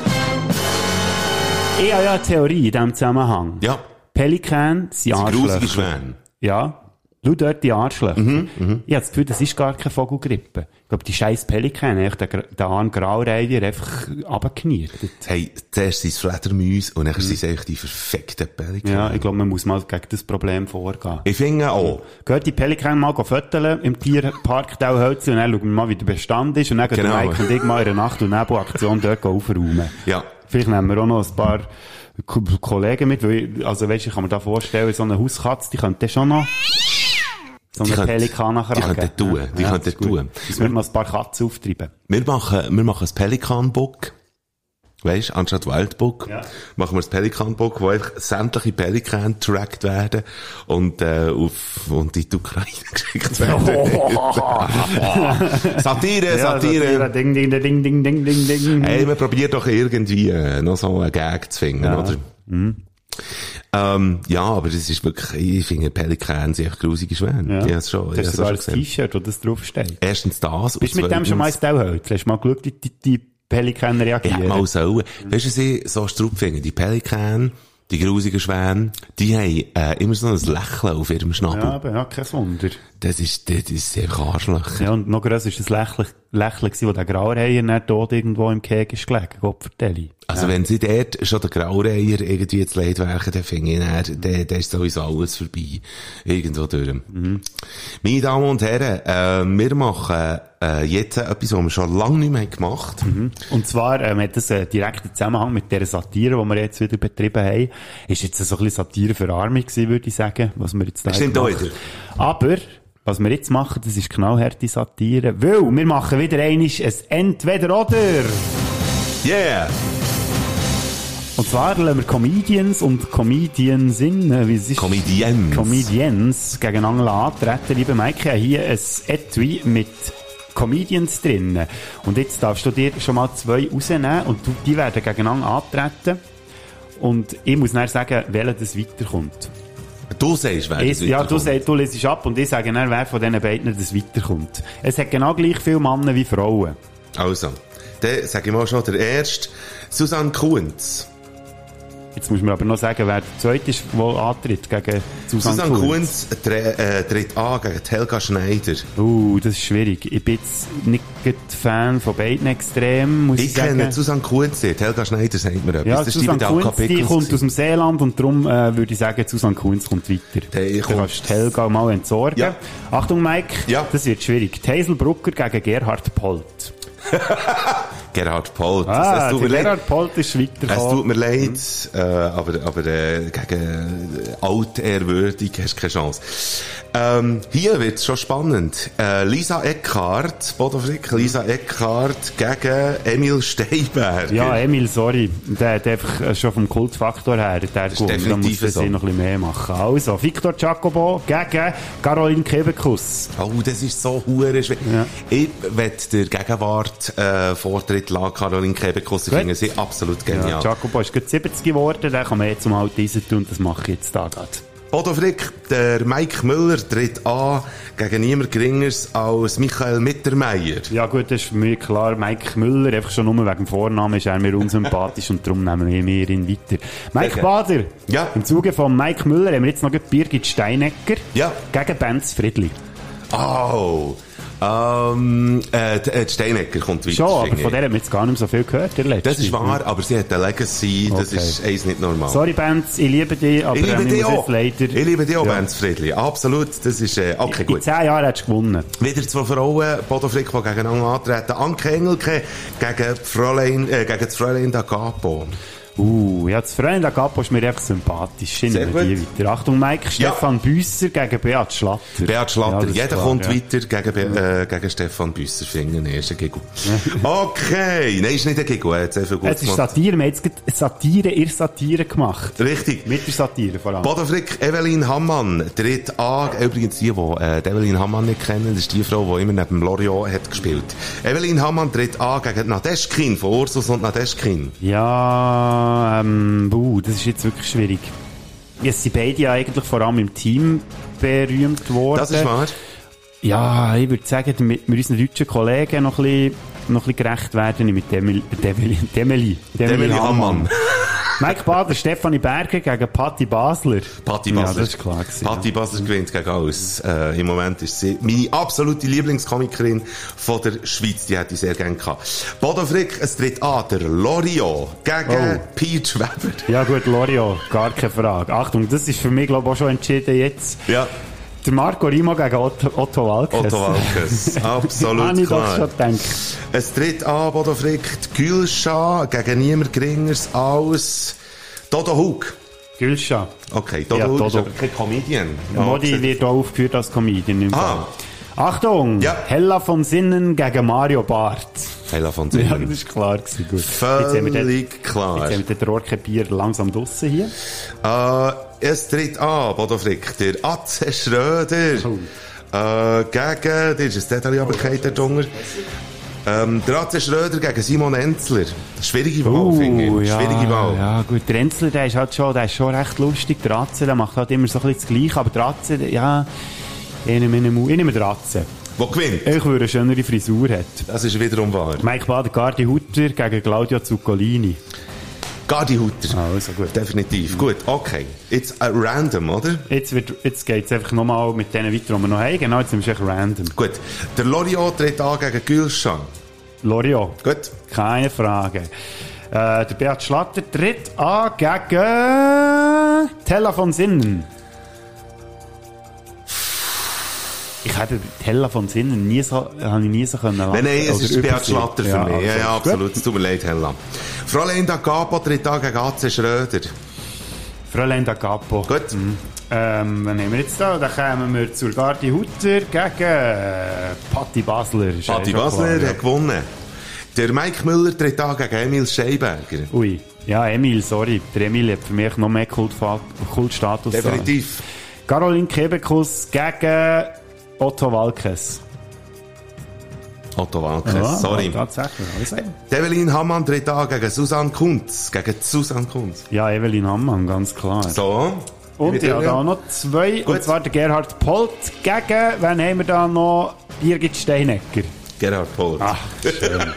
Ich habe ja eine Theorie in diesem Zusammenhang. Ja. Pelikan sind grusige Arschlöcher. Schwäne. Ja. Schau dort die Arschlöcher. Ich habe das Gefühl, das ist gar keine Vogelgrippe. Ich glaube, die scheiß Pelikan haben den armen Graureiher einfach runtergenietet. Hey, zuerst sind es Fledermäuse und dann sind es eigentlich die verfickten Pelikan. Ja, ich glaube, man muss mal gegen das Problem vorgehen. Ich finde auch. Geht die Pelikan mal föteln im Tierpark Dauhölzli und dann schauen wir mal, wie der Bestand ist und dann gehen Genau. Mike und ich mal in einer Nacht- und Nebelaktion dort aufräumen. Ja. Vielleicht nehmen wir auch noch ein paar Kollegen mit, weil, also weisst, ich kann mir da vorstellen, so eine Hauskatze, die könnte schon noch so eine Pelikan nachher Die könnten tun. Die könnten tun. Jetzt müssen wir mal ein paar Katzen auftreiben. Wir machen ein Pelikan-Book. Weisst, anstatt Wildbook, machen wir das Pelikan-Book, wo einfach sämtliche Pelikan trackt werden und in die Ukraine geschickt werden. Satire. Ding, ding, ding, ding, ding, ding, ding. Hey, man probiert doch irgendwie noch so einen Gag zu finden, oder? Aber das ist wirklich, ich finde Pelikan sind echt grusige Schwäne. Ja. Ja, schon. Das ist sogar ein T-Shirt, wo das draufsteht. Erstens das. Bist du mit dem schon mal ins Tauhölz? Hast du mal geschaut, wie die Pelikan reagieren? Ja, mal sollen. Weisst du, sie so Strupfingen, die Pelikan, die grusigen Schwäne, die haben immer so ein Lächeln auf ihrem Schnabel. Ja, aber ja, kein Wunder. Das ist einfach Arschlöcher. Ja, und noch grösser ist das Lächeln gewesen, wo der Graureiher dann tot irgendwo im Keg ist gelegen. Gott vertelle. Also wenn sie dort schon den Graureiher irgendwie zu Leid werken, dann finde ich, dann ist sowieso alles vorbei. Irgendwo durch. Meine Damen und Herren, wir machen jetzt etwas, was wir schon lange nicht mehr gemacht haben. Und zwar hat das einen direkten Zusammenhang mit dieser Satire, die wir jetzt wieder betrieben haben. Ist jetzt so ein bisschen Satireverarmung gewesen, würde ich sagen, was wir jetzt da Stimmt auch wieder. Aber was wir jetzt machen, das ist knallharte Satire, weil wir machen wieder einmal ein Entweder-Oder. Yeah! Und zwar lassen wir Comedians und Comediansinnen, wie es ist? Comedians gegeneinander antreten. Liebe Mike, ich habe hier ein Etui mit Comedians drin. Und jetzt darfst du dir schon mal 2 rausnehmen und die werden gegeneinander antreten. Und ich muss dann sagen, welcher das weiterkommt. Du sagst, wer das Ja, du lesest ab und ich sage dann, wer von diesen beiden das weiterkommt. Es hat genau gleich viele Männer wie Frauen. Also, dann sage ich mal schon, der erste, Susanne Kunz. Jetzt muss man aber noch sagen, wer der zweite ist, der antritt gegen Susanne Kunz tritt an gegen Helga Schneider. Das ist schwierig. Ich bin jetzt nicht Fan von beiden Extremen, muss ich sagen. Ich kenne Susanne Kunz, Helga Schneider sagt mir etwas. Ja, das ist Susanne Kunz, die kommt aus dem Seeland und darum würde ich sagen, Susanne Kunz kommt weiter. Du kannst Helga mal entsorgen. Ja. Achtung, Mike, das wird schwierig. Hazel Brucker gegen Gerhard Polt. Gerhard Polt. Gerhard Polt ist weitergekommen. Es tut mir leid, aber gegen altehrwürdig hast du keine Chance. Hier wird's schon spannend. Lisa Eckhardt, Bodo Frick, Lisa Eckhardt gegen Emil Steinberger. Ja, Emil, sorry. Der hat einfach schon vom Kultfaktor her, der gut. Da muss er noch ein bisschen mehr machen. Also, Victor Giacobo gegen Caroline Kebekus. Oh, das ist so hure schwer. Ja. Ich wette der Gegenwart Vortritt lassen, Caroline Kebekus. Ich finde sie absolut genial. Ja, Giacobo ist gerade 70 geworden, den kann man jetzt zum Alten tun und das mache ich jetzt da gerade. Bodo Frick, der Mike Müller tritt an gegen niemand Geringeres als Michael Mittermeier. Ja gut, das ist für mich klar. Mike Müller, einfach schon nur wegen dem Vornamen, ist er mir unsympathisch und darum nehmen wir ihn weiter. Mike Bader, im Zuge von Mike Müller haben wir jetzt noch Birgit Steinecker gegen Benz Friedli. Oh, die Steinecker kommt weiter. Schon, aber von der hat man jetzt gar nicht mehr so viel gehört. Das ist wahr, aber sie hat eine Legacy, das ist eins nicht normal. Sorry, Benz, ich liebe dich, aber ich liebe dich auch, Benz Friedli. Absolut, das ist, okay, gut. In 10 Jahren hättest du gewonnen. Wieder 2 Frauen, Bodo Frick, die gegeneinander antreten. Anke Engelke gegen das Fräulein da Capo. Das Fräulein da Capo ist mir einfach sympathisch. Sehr gut. Weiter. Achtung, Mike, Stefan Büsser gegen Beat Schlatter. Beat Schlatter. Jeder klar, kommt weiter gegen Stefan Büsser. Finden ist ein Giggle. Okay. Nein, ist nicht ein Giggle. Er hat sehr viel gut gemacht. Es ist Satire. Wir haben jetzt Satire gemacht. Richtig. Mit der Satire vor allem. Bodo Frick, Evelyn Hammann tritt an. Übrigens die Evelyn Hammann nicht kennen, das ist die Frau, die immer neben Loriot hat gespielt. Evelyn Hammann tritt an gegen Nadeschkin von Ursus und Nadeschkin. Ja, das ist jetzt wirklich schwierig. Jetzt sind beide ja eigentlich vor allem im Team berühmt worden. Das ist wahr. Ja, ich würde sagen, damit wir unseren deutschen Kollegen noch ein bisschen gerecht werden, mit Demeli Hammann. Mike Bader, Stefanie Berger gegen Patti Basler. Patti Basler. Ja, das ist klar gewesen. Patti Basler gewinnt gegen alles. Im Moment ist sie meine absolute Lieblingskomikerin von der Schweiz. Die hätte ich sehr gerne gehabt. Bodo Frick, es tritt an, der Loriot gegen Peach Weber. Ja gut, Loriot, gar keine Frage. Achtung, das ist für mich, glaube ich, auch schon entschieden jetzt. Ja. Der Marco Rimo gegen Otto Walkes. Otto Walkes, absolut habe ich doch schon gedacht. Es tritt an, Bodo Frick, die Gülscha gegen niemand Geringeres als Dodo Hug. Gülscha. Okay, Dodo Hug ist aber kein Comedian. Modi wird auch aufgeführt als Comedian. Achtung! Ja. Hella von Sinnen gegen Mario Barth. Tella von Ja, Sinnen. das war klar gewesen. Gut. Völlig klar. Jetzt haben wir den Rohrkebier langsam draussen hier. Es tritt an, Bodo Frick, der Atze Schröder. Gegen, das ist ein Detail, aber kein der Dunger. Der Atze Schröder gegen Simon Enzler. Schwierige Wahl, finde ich. Ja, Schwierige Wahl. ja, gut. Der Enzler, der ist schon recht lustig. Der Atze, der macht halt immer so ein bisschen das Gleiche. Aber der Atze, ja, ich nehme den Atze. Wo gewinnt? Ich würde eine schönere Frisur hat. Das ist wiederum wahr. Mike Bader, Gardi Hutter gegen Claudio Zuccolini. Gardi Hutter. Also gut. Definitiv. Gut, okay. Jetzt random, oder? Jetzt geht es einfach nochmal mit denen weiter, die wir noch haben. Genau, jetzt sind wir echt random. Gut. Der Loriot tritt an gegen Gülschan. Loriot. Gut. Keine Frage. Der Beat Schlatter tritt an gegen Tella von Sinnen. Ich hätte Tella von Sinnen nie so können Nein, es oder ist Beat Schlatter für mich. Ja, absolut. Gut. Es tut mir leid, Hella. Fräulein da Capo tritt an gegen Atze Schröder. Fräulein da Capo. Gut. Was haben wir jetzt da? Dann kommen wir zur Gardi Hutter gegen Patti Basler. Ist Patti schon Basler klar, hat gewonnen. Der Mike Müller tritt an gegen Emil Scheiberger. Ui. Ja, Emil, sorry. Der Emil hat für mich noch mehr Kultstatus. Definitiv. Caroline Kebekus gegen Otto Walkes. Otto Walkes, sorry. Tatsächlich. Evelyn Hammann tritt an gegen Susanne Kunz. Ja, Evelyn Hammann, ganz klar. So. Und ich habe da noch zwei. Gut. Und zwar der Gerhard Polt gegen, wen haben wir da noch? Birgit Steinecker. Gerhard Polt. Ach, schön.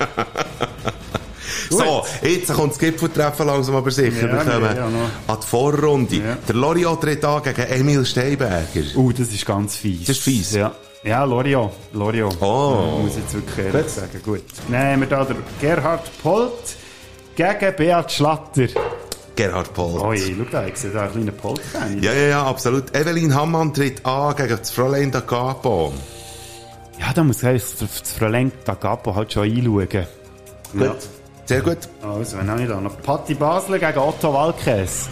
So, jetzt kommt das Gipfeltreffen langsam aber sicher. Ja, Wir kommen ja, noch. an die Vorrunde. Ja. Der Loriot tritt an gegen Emil Steiberger. Das ist ganz fies. Das ist fies. Ja, Loriot. Oh. Muss ich jetzt wirklich ehrlich sagen. Gut. Dann haben wir da den Gerhard Polt gegen Beat Schlatter. Gerhard Polt. Oi, schau da, ich sehe da einen kleinen Polt. Ja, absolut. Evelyn Hammann tritt an gegen das Fräulein da Capo. Ja, da muss ich das Fräulein da Capo halt schon einschauen. Gut. Ja. Sehr gut. Also, wenn auch nicht da noch Patti Basler gegen Otto Walkes.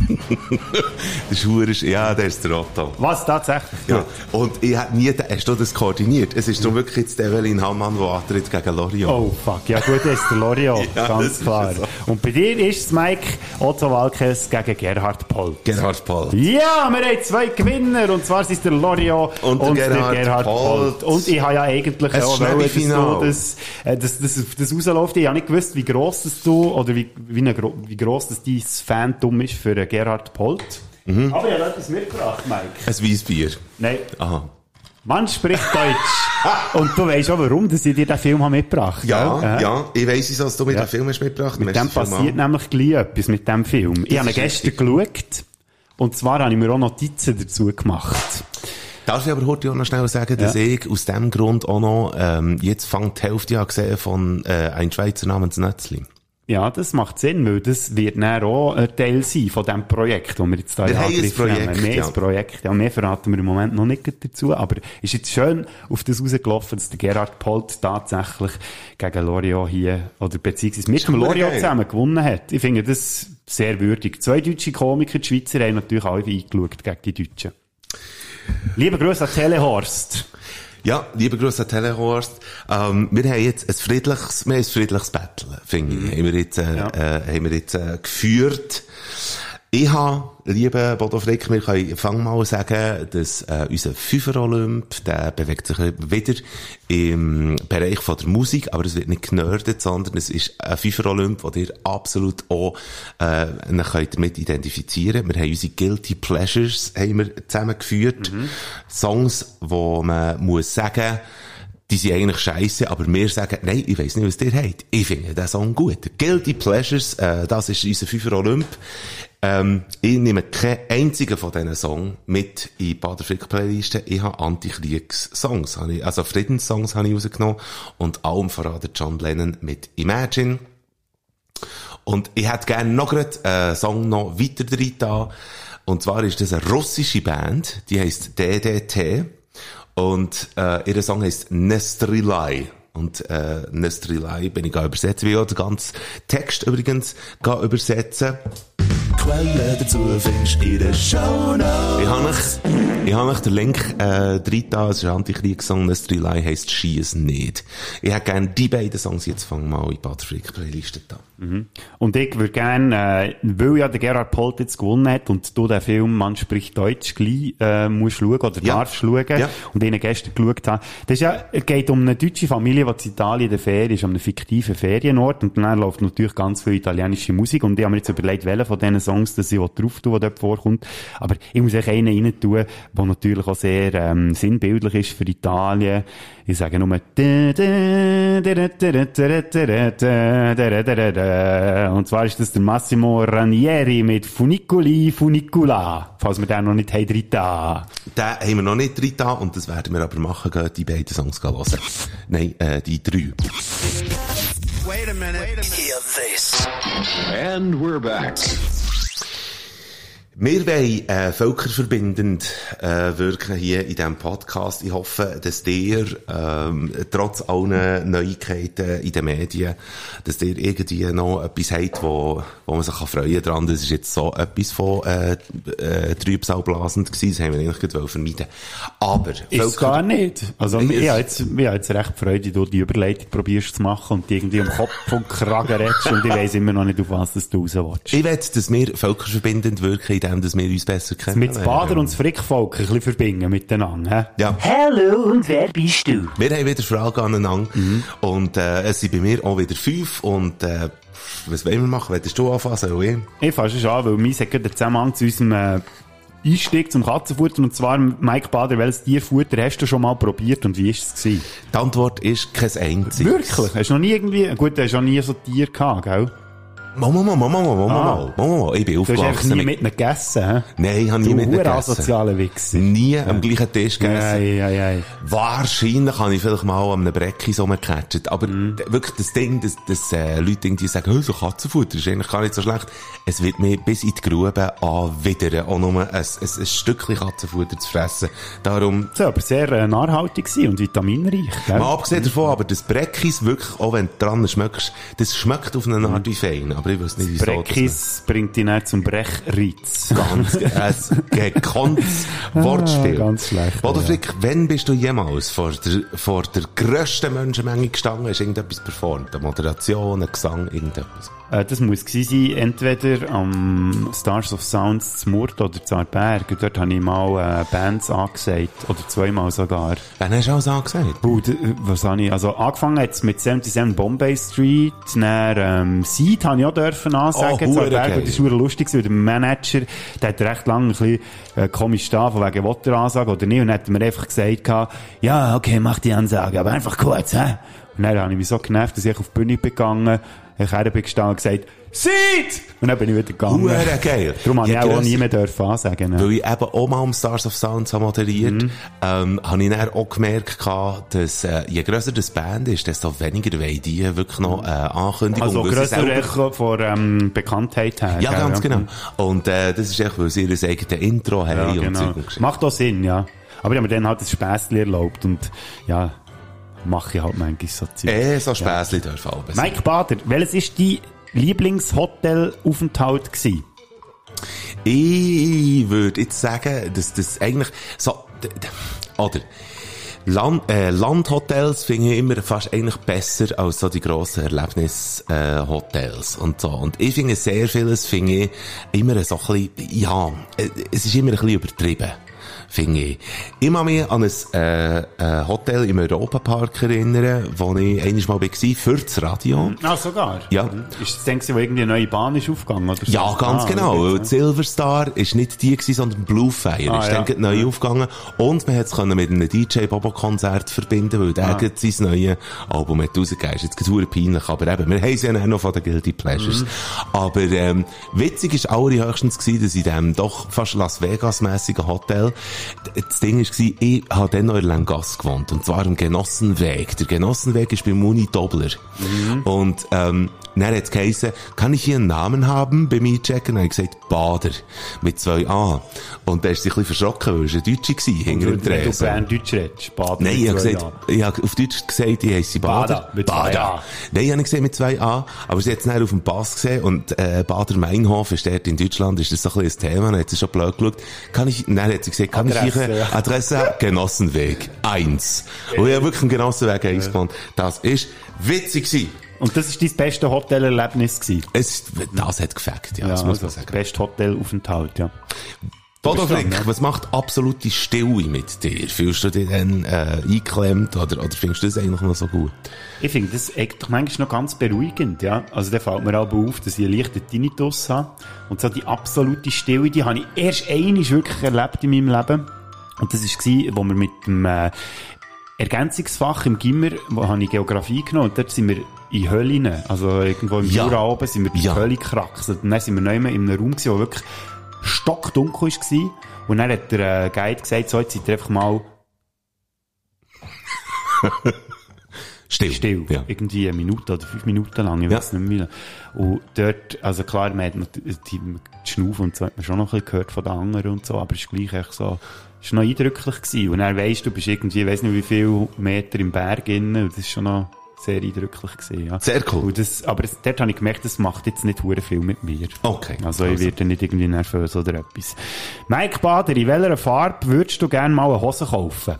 Das ist ja, der ist der Otto. Was, tatsächlich? Ja. Und ich hab nie, hast du das koordiniert? Es ist darum wirklich jetzt Evelyn Hammann, die antritt gegen Loriot. Oh, fuck. Ja, gut, das ist der Loriot. Ja, ganz das ist klar. so. Und bei dir ist es, Mike, Otto Walkes gegen Gerhard Polt. Gerhard Polt. Ja, wir haben zwei Gewinner. Und zwar sind es der Loriot und der Gerhard Polt. Und ich habe ja eigentlich ein auch Finale. das rausläuft. Ich habe nicht gewusst, wie gross das du, oder wie gross das dein Phantom ist für Gerhard Polt. Aber ich habe etwas mitgebracht, Mike. Ein Weissbier. Nein. Aha. Man spricht Deutsch. Und du weißt auch, warum dass ich dir den Film habe mitgebracht habe. Ja, ich weiss es, dass du mir den Film hast mitgebracht. Mit dem passiert nämlich gleich etwas mit dem Film. Ich habe ihn gestern geschaut. Und zwar habe ich mir auch Notizen dazu gemacht. Darf ich aber heute auch noch schnell sagen, dass ich aus dem Grund auch noch, jetzt fängt die Hälfte an gesehen von, ein Schweizer namens Nötzli. Ja, das macht Sinn, weil das wird dann auch ein Teil sein von diesem Projekt, das wir jetzt da in Angriff nehmen. Mehr ein Projekt. Ja, mehr verraten wir im Moment noch nicht dazu, aber ist jetzt schön auf das rausgelaufen, dass der Gerhard Polt tatsächlich gegen Loriot hier, oder beziehungsweise mit dem Loriot zusammen gewonnen hat. Ich finde das sehr würdig. Zwei deutsche Komiker, die Schweizer haben natürlich alle eingeschaut gegen die Deutschen. Liebe Grüße an Telehorst. Ja, liebe Grüße an Telehorst. Wir haben jetzt ein friedliches Battle, finde ich. Haben wir jetzt geführt. Ich habe, liebe Bodo Frick, wir können fang mal sagen, dass unser Fünfer-Olymp, der bewegt sich wieder im Bereich von der Musik, aber es wird nicht genördet, sondern es ist ein Fünfer-Olymp, wo ihr absolut auch könnt damit identifizieren. Wir haben unsere Guilty Pleasures haben wir zusammengeführt. Songs, wo man muss sagen, die sind eigentlich scheisse, aber wir sagen, nein, ich weiss nicht, was ihr habt. Ich finde den Song gut. Guilty Pleasures, das ist unser Fünfer-Olymp. Ich nehme keinen einzigen von diesen Songs mit in die Bader-Frick-Playliste. Ich habe Antikriegs-Songs, also Friedenssongs habe ich rausgenommen und allem voran der John Lennon mit Imagine. Und ich hätte gerne noch gerade einen Song noch weiter drin da. Und zwar ist das eine russische Band, die heisst DDT. Und ihr Song heisst Nestrilai. Und Nestrilai bin ich übersetzen, wie auch den ganzen Text übrigens übersetzen. Quellen dazu findest in den Shownotes. Ich habe euch den Link reingetan, es ist ein Antikriegssong, das Trilei heisst «Schieß nicht». Ich hätte gerne die beiden Songs jetzt fangen mal in die Patrick-Playliste da. Mhm. Und ich würde gerne, weil ja der Gerhard Polt jetzt gewonnen hat und du den Film «Man spricht Deutsch» gleich musst schauen oder darfst schauen und ihn gestern geschaut haben. Das ist ja, es geht um eine deutsche Familie, die in Italien in der Ferien ist, an einem fiktiven Ferienort und dann läuft natürlich ganz viel italienische Musik und ich habe mir jetzt überlegt, welchen von diesen Songs, dass ich drauf tue, der dort vorkommt. Aber ich muss echt einen rein tun, der natürlich auch sehr sinnbildlich ist für Italien. Ich sage nur und zwar ist das der Massimo Ranieri mit Funiculi Funicula, falls wir den noch nicht haben drin. Den haben wir noch nicht drin und das werden wir aber machen, die beiden Songs hören. Nein, die 3. Wait a minute. Hear this. And we're back. Wir wollen völkerverbindend wirken hier in diesem Podcast. Ich hoffe, dass ihr trotz allen Neuigkeiten in den Medien, dass ihr irgendwie noch etwas habt, wo man sich freuen kann. Das ist jetzt so etwas von trübsalblasend gewesen. Das haben wir eigentlich vermeiden. Aber ist gar nicht. Also ich habe jetzt recht Freude, du die Überleitung probierst zu machen und die irgendwie um Kopf und Kragen redest und ich weiss immer noch nicht, auf was das du raus willst. Ich will, dass wir völkerverbindend wirken, in dem, dass wir uns besser kennen. Mit Bader und das Frickvolk ein bisschen verbinden miteinander. He? Ja. Hallo, und wer bist du? Wir haben wieder Fragen aneinander. Und es sind bei mir auch wieder 5. Und was wollen wir machen? Willst du anfassen oder ich? Ich fasse schon an, weil meins hat gerade den Zusammenhang zu unserem Einstieg zum Katzenfutter. Und zwar, Mike Bader, welches Tierfutter hast du schon mal probiert und wie war es gewesen? Die Antwort ist kein einziges. Wirklich? Hast du noch nie irgendwie... Gut, du hast auch nie so Tier gehabt, gell? Mal. Ich bin Du hast einfach aufgewachsen. nie mit ihnen gegessen, hä? Nein, ich habe nie mit ihnen gegessen. asoziale Wichser. Nie am gleichen Tisch gegessen. Ei. Wahrscheinlich habe ich vielleicht mal an einem Breckis rumgecatcht. Aber wirklich das Ding, dass Leute irgendwie sagen, so Katzenfutter ist eigentlich gar nicht so schlecht. Es wird mir bis in die Grube anwidern, auch nur ein Stückchen Katzenfutter zu fressen. Darum... Das war aber sehr nachhaltig gewesen und vitaminreich, gell? Mal abgesehen davon, aber das Breckis wirklich, auch wenn du dran schmeckst, das schmeckt auf eine Art wie fein. Aber ich weiß nicht, wieso. Breckis bringt dich nicht zum Brechreiz. Ganz, ein gekonntes Wortspiel. Ganz schlecht. Oder Frick, wann bist du jemals vor der grössten Menschenmenge gestanden? Hast du irgendetwas performt? Eine Moderation, ein Gesang, irgendetwas? Das muss gewesen sein, entweder am Stars of Sounds zu Murten oder zu Aarberg. Dort habe ich mal Bands angesagt. Oder zweimal sogar. Wann hast du alles angesagt? Was habe ich? Also angefangen jetzt mit 77 Bombay Street. Dann Seed habe ich auch dürfen ansagen. Zu Aarberg. Und das war lustig, weil der Manager, der hat recht lange ein bisschen komisch da, von wegen, will er Ansage oder nicht. Und dann hat er mir einfach gesagt, ja, okay, mach die Ansage, aber einfach kurz, hä? Und dann habe ich mich so genervt, dass ich auf die Bühne bin gegangen, ich bin gestanden und gesagt, Seed! Und dann bin ich wieder gegangen. Geil. Darum habe ich auch nie mehr ansagen. Weil ich eben auch mal am Stars of Sounds moderiert, habe ich dann auch gemerkt, dass je grösser das Band ist, desto weniger wollen die wirklich noch Ankündigung. Also grösser von Bekanntheit her. Ja, ganz genau. Und das ist echt, weil sie ihr eigenes Intro haben. Ja, genau. Und macht auch Sinn, ja. Aber ich habe mir dann halt das Späßchen erlaubt und ja, mache ich halt manchmal so Zeug. So Späßchen dürfen auch besser. Mike Bader, welches ist dein Lieblingshotelaufenthalt gewesen? Ich würde jetzt sagen, dass das eigentlich so, oder, Landhotels finde ich immer fast eigentlich besser als so die grossen Erlebnishotels und so. Und ich finde sehr vieles finde ich immer so ein bisschen, ja, es ist immer ein bisschen übertrieben. Finde ich. Ich kann mich an ein Hotel im Europapark erinnern, wo ich einmal mal war, für das Radio. Ah, sogar? Ja. Ist das denn, wo irgendwie eine neue Bahn ist aufgegangen? Oder so? Ja, ganz genau. Die Silverstar ist nicht die gewesen, sondern Bluefire ist dann neu aufgegangen. Und man konnte es mit einem DJ Bobo-Konzert verbinden, weil der sein neues Album hat rausgegeben. Ist jetzt ganz peinlich, aber eben, wir haben es ja noch von den Guilty Pleasures. Aber witzig ist allerhöchstens gewesen, dass in diesem doch fast Las Vegas-mässigen Hotel Das Ding war, ich habe dann noch in Langasse gewohnt, und zwar am Genossenweg. Der Genossenweg ist bei Muni Dobler. Und, dann hat es geheißen, kann ich hier einen Namen haben bei mir checken? Dann habe ich gesagt, Bader. Mit 2 A. Und der ist sich ein bisschen verschrocken, weil er ein Deutscher war, hinter dem Tresen. Wenn du Bern Deutsch redest, Bader. Nein, ich habe auf Deutsch gesagt, ich heisse Bader. Mit 2 A. Nein, ich habe gesagt mit 2 A. Aber sie hat es dann auf dem Pass gesehen, und, Bader-Meinhof ist dort in Deutschland, ist das so ein bisschen ein Thema. Dann hat sie schon blöd geschaut. Dann hat sie gesagt, kann ich hier Adresse Genossenweg 1. Und ich habe wirklich im Genossenweg 1 gewohnt. Das ist witzig gewesen. Und das war dein beste Hotelerlebnis gewesen? Das hat gefällt, ja, das Ja, muss man also sagen. beste Hotelaufenthalt, ja. Bodo bist dran, Frick, ja. was macht absolute Stille mit dir? Fühlst du dich dann eingeklemmt, oder findest du das eigentlich noch so gut? Ich finde das eigentlich manchmal noch ganz beruhigend, ja. Also da fällt mir aber auf, dass ich einen leichten Tinnitus habe. Und so die absolute Stille, die habe ich erst einmal wirklich erlebt in meinem Leben. Und das war, wo wir mit dem Ergänzungsfach im Gimmer, wo habe ich Geografie genommen, und dort sind wir in Höhlen, also irgendwo im Jura oben, sind wir durch die Höhle gekraxelt. Und dann sind wir noch immer in einem Raum gewesen, wo wirklich stockdunkel war. Und dann hat der Guide gesagt, so, jetzt seid ihr einfach mal still. Ja. Irgendwie 1 Minute oder 5 Minuten lang, ich weiß nicht mehr. Und dort, also klar, man hat noch die Schnaufen und so hat man schon noch ein bisschen gehört von den anderen und so, aber es ist gleich echt so, es war noch eindrücklich gewesen. Und dann weisst du, bist irgendwie, ich weiss nicht wie viel Meter im Berg innen, und das ist schon noch sehr eindrücklich gewesen, ja. Sehr cool. Und aber dort habe ich gemerkt, das macht jetzt nicht hure viel mit mir. Okay. Also ich werde nicht irgendwie nervös oder etwas. Mike Bader, in welcher Farbe würdest du gerne mal eine Hose kaufen?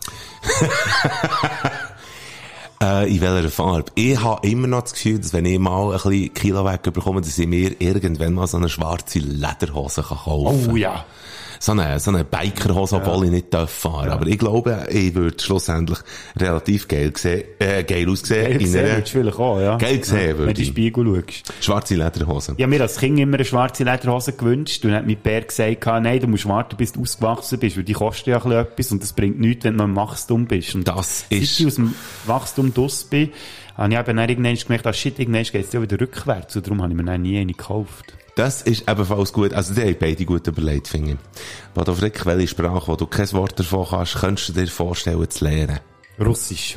In welcher Farbe? Ich habe immer noch das Gefühl, dass wenn ich mal ein bisschen Kilo wegbekomme, dass ich mir irgendwann mal so eine schwarze Lederhose kaufen kann. Oh ja. So eine Bikerhose, obwohl ich nicht fahren darf. Aber ich glaube, ich würde schlussendlich relativ geil aussehen. Geil gesehen würdest du vielleicht auch, ja. Geil gesehen Wenn würde du in den ich. Spiegel schaust. Schwarze Lederhose. Ich habe mir als Kind immer eine schwarze Lederhose gewünscht, und dann hat mein Bär gesagt, nein, du musst warten, bis du ausgewachsen bist, weil die kostet ja ein bisschen etwas, und das bringt nichts, wenn du noch im Wachstum bist. Und Das seit ist... ich aus dem Wachstum draus bin, habe ich eben dann irgendwann gemerkt, shit, irgendwann geht es ja wieder rückwärts, und darum habe ich mir dann nie eine gekauft. Das ist ebenfalls gut. Also, die haben beide gut überlegt, finde ich. Bodo Frick, welche Sprache, wo du kein Wort davon kannst, könntest du dir vorstellen zu lernen? Russisch.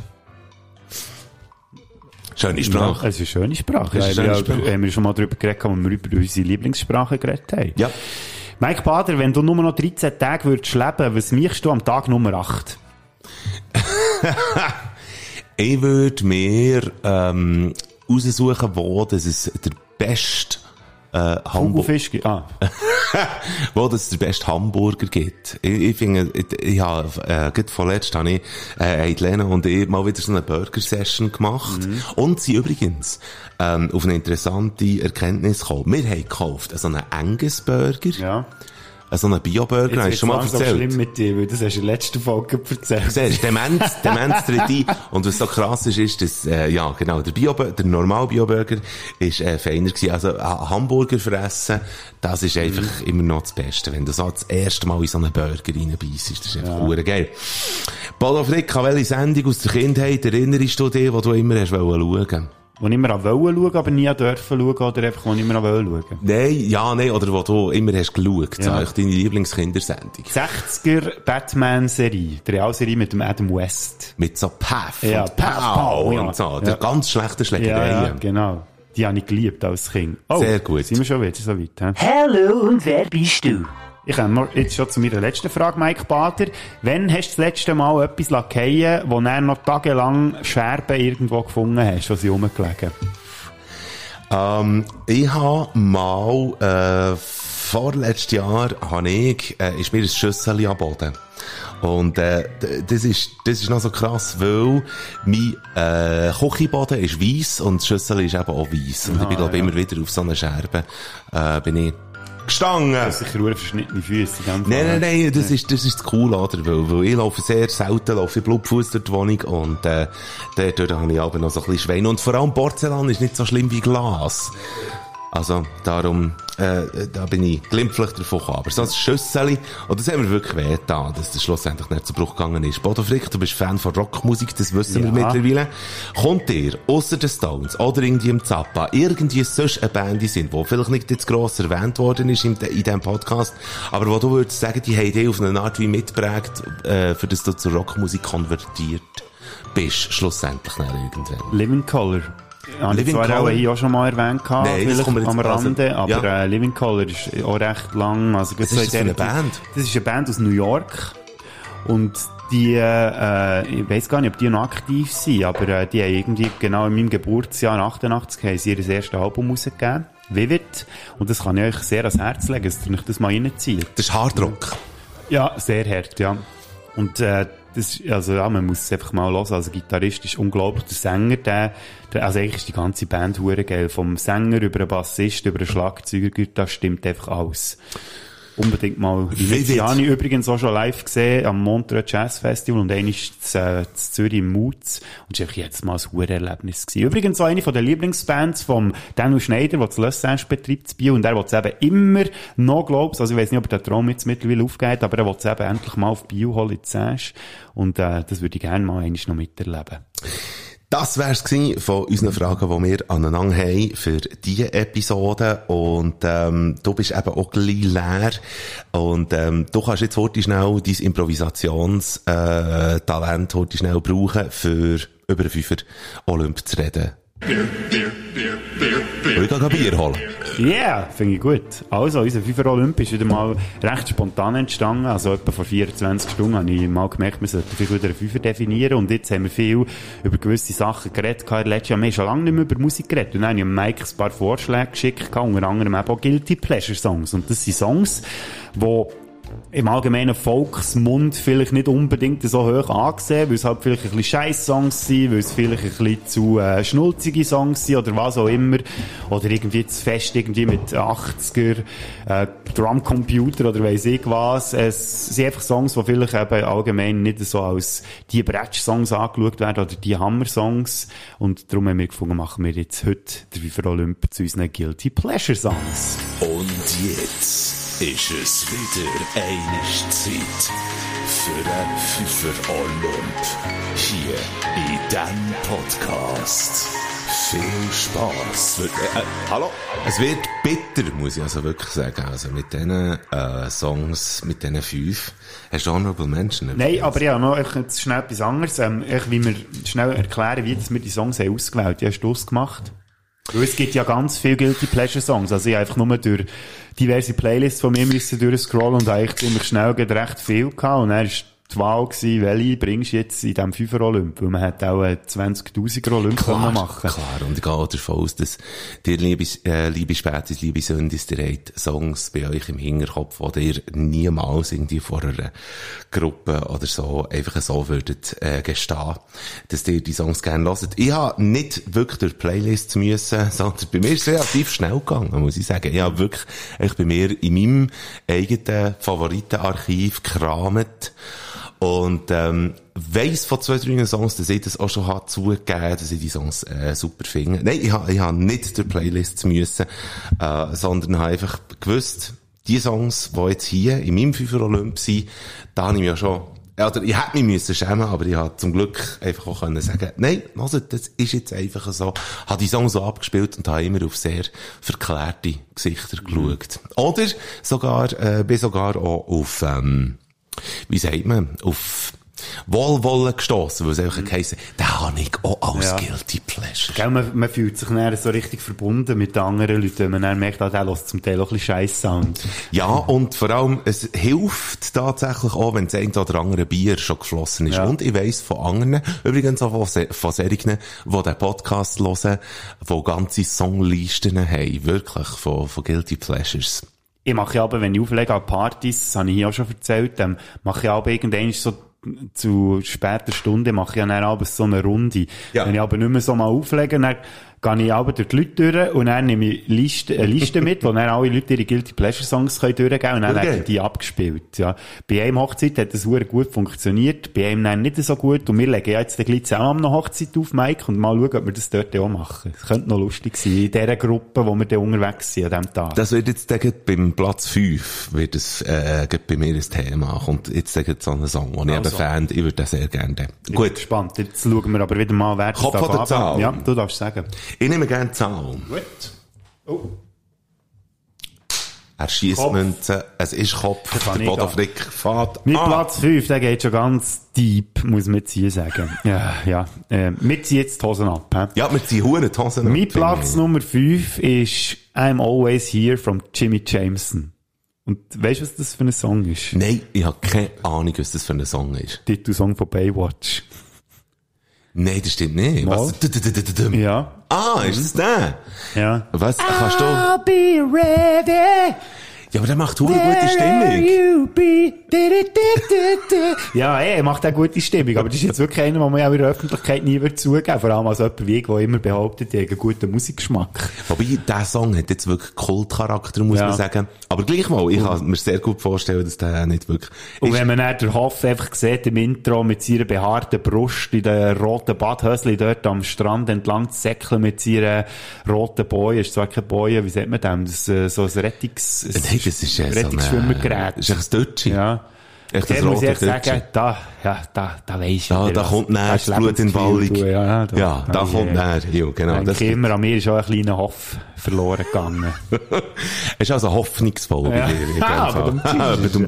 Schöne Sprache. Ja, es ist eine schöne Sprache. Es ist eine Ja, schöne Sprache. haben wir schon mal darüber geredet, als wir über unsere Lieblingssprache geredet haben. Ja. Mike Bader, wenn du nur noch 13 Tage würdest leben, was machst du am Tag Nummer 8? Ich würde mir raussuchen, wo das es der beste Kugelfisch? wo das der beste Hamburger gibt. Ich finde, ich habe, gerade vorletzt habe ich, Lena und ich mal wieder so eine Burger-Session gemacht. Und sie übrigens, auf eine interessante Erkenntnis gekommen. Wir haben gekauft, so einen Angus-Burger. Ja. So einen Bio-Burger, hast du schon mal erzählt? So schlimm mit dir, weil das hast du in der letzten Folge erzählt. Siehst, Demenz tritt ein. Und was so krass ist, dass, ja, genau, der normale Bio-Burger ist, feiner gewesen. Also, Hamburger fressen, das ist einfach immer noch das Beste. Wenn du so das erste Mal in so einen Burger reinbeissst, das ist einfach hure geil. Bodo Frick, an welche Sendung aus der Kindheit erinnerst du dich, die du immer hast schauen? Wo ich immer an wollen schauen, aber nie dürfen schauen, oder einfach, wo ich immer an wollen schauen. Nein, oder wo du immer hast geschaut. Ja. So, eigentlich deine Lieblingskindersendung. 60er Batman-Serie. Die Realserie mit dem Adam West. Mit so Paff Ja, und Paff, Pow ja. und so. Ja. Der ganz schlechte Schlägerei. Ja, genau. Die habe ich geliebt als Kind. Oh, Sehr gut. Sind wir schon wieder so weit, hä? Hallo und wer bist du? Ich komme jetzt schon zu meiner letzten Frage, Mike Bader. Wann hast du das letzte Mal etwas fallen, wo du noch tagelang Scherben irgendwo gefunden hast, wo sie rumgelegen? Ich habe mal, vorletztes Jahr, ist mir ein Schüssel am Boden. Und, das ist noch so krass, weil mein, Küchenboden ist weiss und die Schüssel ist eben auch weiss. Und ich bin, glaube immer wieder auf so einer Scherbe, bin ich gestanden. Das sind sicher nur verschnittene Füße. Nein, das ist das Coole, oder? Weil ich laufe sehr selten, blutfuß durch die Wohnung, und, dort habe ich aber noch so ein bisschen Schweine. Und vor allem Porzellan ist nicht so schlimm wie Glas. Also, darum, da bin ich glimpflich davon gekommen. Aber so ein Schüsseli, und das haben wir wirklich wehgetan, dass das schlussendlich nicht zu Bruch gegangen ist. Bodo Frick, du bist Fan von Rockmusik, das wissen wir mittlerweile. Kommt dir, ausser den Stones, oder irgendwie im Zappa, irgendwie sonst eine Band sind, die vielleicht nicht jetzt gross erwähnt worden ist in diesem Podcast, aber wo du würdest sagen, die haben dich auf eine Art wie mitgeprägt, für das du zur Rockmusik konvertiert bist, schlussendlich irgendwann. Living Colour. Habe ich zwar auch hier auch schon mal erwähnt, vielleicht am Rande, aber Living Colour ist auch recht lang. Also, was ist das für eine Band? Das ist eine Band aus New York. Und die, ich weiss gar nicht, ob die noch aktiv sind, aber die haben irgendwie genau in meinem Geburtsjahr 88 haben sie ihr erstes Album rausgegeben. Vivid. Und das kann ich euch sehr ans Herz legen, dass ihr euch das mal reinzieht. Das ist Hardrock. Ja, sehr hart, ja. Und das, also ja, man muss es einfach mal hören. Also Gitarrist ist unglaublich. Der Sänger, also eigentlich ist die ganze Band hure geil. Vom Sänger über den Bassist, über den Schlagzeuger, das stimmt einfach alles. Unbedingt mal. Ich habe übrigens auch schon live gesehen am Montreux Jazz Festival und einer ist in Zürich im Moods. Und es war jetzt mal ein Hure-Erlebnis gewesen. Übrigens auch eine von den Lieblingsbands vom Daniel Schneider, der das Lössange betreibt, das Bio, und der will es eben immer noch, glaubst, also ich weiss nicht, ob der Traum jetzt mittlerweile aufgeht, aber er will es eben endlich mal auf Bio holen, in Zäsch. Und das würde ich gerne mal einmal noch miterleben. Das wär's gewesen von unseren Fragen, die wir aneinander haben für diese Episode. Und du bist eben auch gleich leer. Und du kannst jetzt heute schnell dein Improvisationstalent heute schnell brauchen, für über den Fünfer Olymp zu reden. Ich kann Bier holen. Yeah, finde ich gut. Also, unser FIFA Olymp ist wieder mal recht spontan entstanden. Also, etwa vor 24 Stunden habe ich mal gemerkt, wir sollten vielleicht wieder einen FIFA definieren. Und jetzt haben wir viel über gewisse Sachen geredet. Letztes Jahr, wir haben schon lange nicht mehr über Musik geredet. Und dann habe ich Mike ein paar Vorschläge geschickt, unter anderem eben auch Guilty Pleasure Songs. Und das sind Songs, die im allgemeinen Volksmund vielleicht nicht unbedingt so hoch angesehen, weil es halt vielleicht ein bisschen Scheiss-Songs sind, weil es vielleicht ein bisschen zu schnulzige Songs sind oder was auch immer, oder irgendwie zu fest irgendwie mit 80er Drumcomputer oder weiss ich was. Es sind einfach Songs, die vielleicht eben allgemein nicht so als die Bretsch-Songs angeschaut werden oder die Hammer-Songs, und darum haben wir gefunden, machen wir jetzt heute den FIFA Olymp zu unseren Guilty Pleasure Songs. Und jetzt ist es wieder eine Zeit für den Fünfer Olymp hier in diesem Podcast. Viel Spass. Hallo? Es wird bitter, muss ich also wirklich sagen. Also mit diesen Songs, mit diesen 5, hast du Honorable Mention? Nein, aber ja, noch jetzt schnell etwas anderes. Wie wir schnell erklären, wie wir die Songs haben ausgewählt. Die hast du ausgemacht. Weil es gibt ja ganz viele Guilty Pleasure Songs. Also ich habe einfach nur durch diverse Playlists von mir müssen durchscrollen und eigentlich ziemlich schnell recht viel gehabt. Und dann ist die Wahl gewesen, welche bringst du jetzt in diesem 5er Olymp? Weil man hat auch 20.000er Olymp machen. Klar, und ich gehe auch davon aus, dass dir, liebe Spätis, liebe Sündis, ihr habt Songs bei euch im Hinterkopf, wo ihr niemals irgendwie vor einer Gruppe oder so einfach so würdet gestehen, dass ihr die Songs gerne hört. Ich habe nicht wirklich durch Playlists müssen, sondern bei mir ist es relativ schnell gegangen, muss ich sagen. Ich habe wirklich bei mir in meinem eigenen Favoritenarchiv gekramt. Und weiss von 2-3 Songs, dass ich das auch schon habe zugegeben, dass ich die Songs super finde. Nein, ich habe nicht durch Playlists müssen, sondern habe einfach gewusst, die Songs, die jetzt hier in meinem 5er Olymp sind, da habe ich mich ja schon, oder ich hätte mich müssen schämen, aber ich habe zum Glück einfach auch können sagen, nein, also das ist jetzt einfach so, habe die Songs so abgespielt und habe immer auf sehr verklärte Gesichter geschaut. Oder bin sogar auch auf, wie sagt man, auf Wohlwollen gestossen, weil es einfach geheissen, den habe ich auch als Guilty Pleasure. Gell, man fühlt sich dann so richtig verbunden mit den anderen Leuten, wenn man dann merkt, der hört zum Teil auch ein bisschen Scheiss-Sound. Ja, und vor allem, es hilft tatsächlich auch, wenn das ein oder andere Bier schon geflossen ist. Ja. Und ich weiss von anderen, übrigens auch von solchen, die den Podcast hören, die ganze Songlisten haben, wirklich von Guilty Pleasures. Ich mache ja aber, wenn ich auflege an Partys, das habe ich hier auch schon erzählt, mache ich aber irgendwann so zu später Stunde mache ich ja dann abends so eine Runde. Ja. Wenn ich aber nicht mehr so mal auflege, dann gehe ich aber durch die Leute durch und dann nehme ich eine Liste mit, wo dann alle Leute ihre Guilty Pleasure Songs können durchgeben und dann werden die abgespielt, ja. Bei einem Hochzeit hat das sehr gut funktioniert, bei einem dann nicht so gut und wir legen ja jetzt gleich zusammen noch Hochzeit auf, Mike, und mal schauen, ob wir das dort auch machen. Es könnte noch lustig sein, in dieser Gruppe, wo wir dann unterwegs sind an diesem Tag. Das wird jetzt beim Platz 5 wird es bei mir ein Thema. Und jetzt so einen Song, den ich eben Fan, ich würde das sehr gerne. Ich bin gespannt. Jetzt schauen wir aber wieder mal, wer das Kopf oder Zahl? Ja, du darfst sagen. Ich nehme gerne Zahl. Gut. Oh. Er schiesst Münzen, es ist Kopf, der Bodo Frick fährt Mit Platz 5, der geht schon ganz deep, muss man jetzt hier sagen. Ja. Wir ziehen jetzt die Hosen ab. He? Ja, wir ziehen die Hosen ab. Mein Platz Nummer 5 ist I'm Always Here from Jimmy Jameson. Und weißt du, was das für ein Song ist? Nein, ich habe keine Ahnung, was das für ein Song ist. Titelsong von Baywatch. Nein, das stimmt nicht. Mal. Was? Ja. Ist es der? Ja. Was? Kannst du? I'll be ready. Ja, aber der macht eine gute Stimmung. You be. Ja, er macht auch gute Stimmung, aber das ist jetzt wirklich einer, den man ja in der Öffentlichkeit nie wird zugeben. Vor allem als jemand wie ich, der immer behauptet, er hat einen guten Musikgeschmack. Wobei, dieser Song hat jetzt wirklich Kultcharakter, muss man sagen. Aber gleichwohl, ich kann mir sehr gut vorstellen, dass der nicht wirklich... Und wenn man dann den Hoff einfach sieht im Intro mit seiner behaarten Brust in den roten Badhösli dort am Strand entlang zu säckeln mit seiner roten Boje, ist zwar keine Boje, wie sagt man dem? Das, so ein Das ist ja Rettungsschwimmergerät. Das ist echt ein Deutsche. Ja. Echt Der das muss ich rote sagen, Deutsche. da weiss ich. Da kommt näher das Blut in Wallung. Ja, da kommt näher. Ja, genau. Das immer an mir ist auch ein kleiner Hoff verloren gegangen. Es ist also hoffnungsvoll bei dir.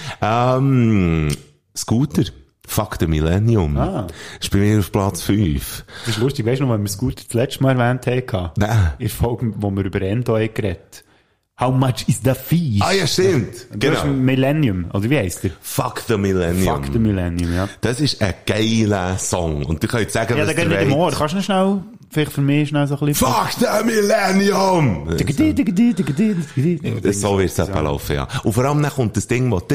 Scooter. Fuck the Millennium. Ist bei mir auf Platz 5. Das ist lustig, weißt du noch, wenn wir Scooter das letzte Mal erwähnt haben? Nein. In der Folge, wo wir über Endo geredet. How much is the fee? Ah ja, stimmt. Genau. Millennium, oder wie heisst der? Fuck the Millennium. Fuck the Millennium, ja. Das ist ein geiler Song. Und du kannst sagen, ja, was du weißt. Ja, kannst du noch schnell, vielleicht für mich schnell so ein bisschen... Fuck the Millennium! So wird es etwa laufen, ja. Und vor allem dann kommt das Ding, wo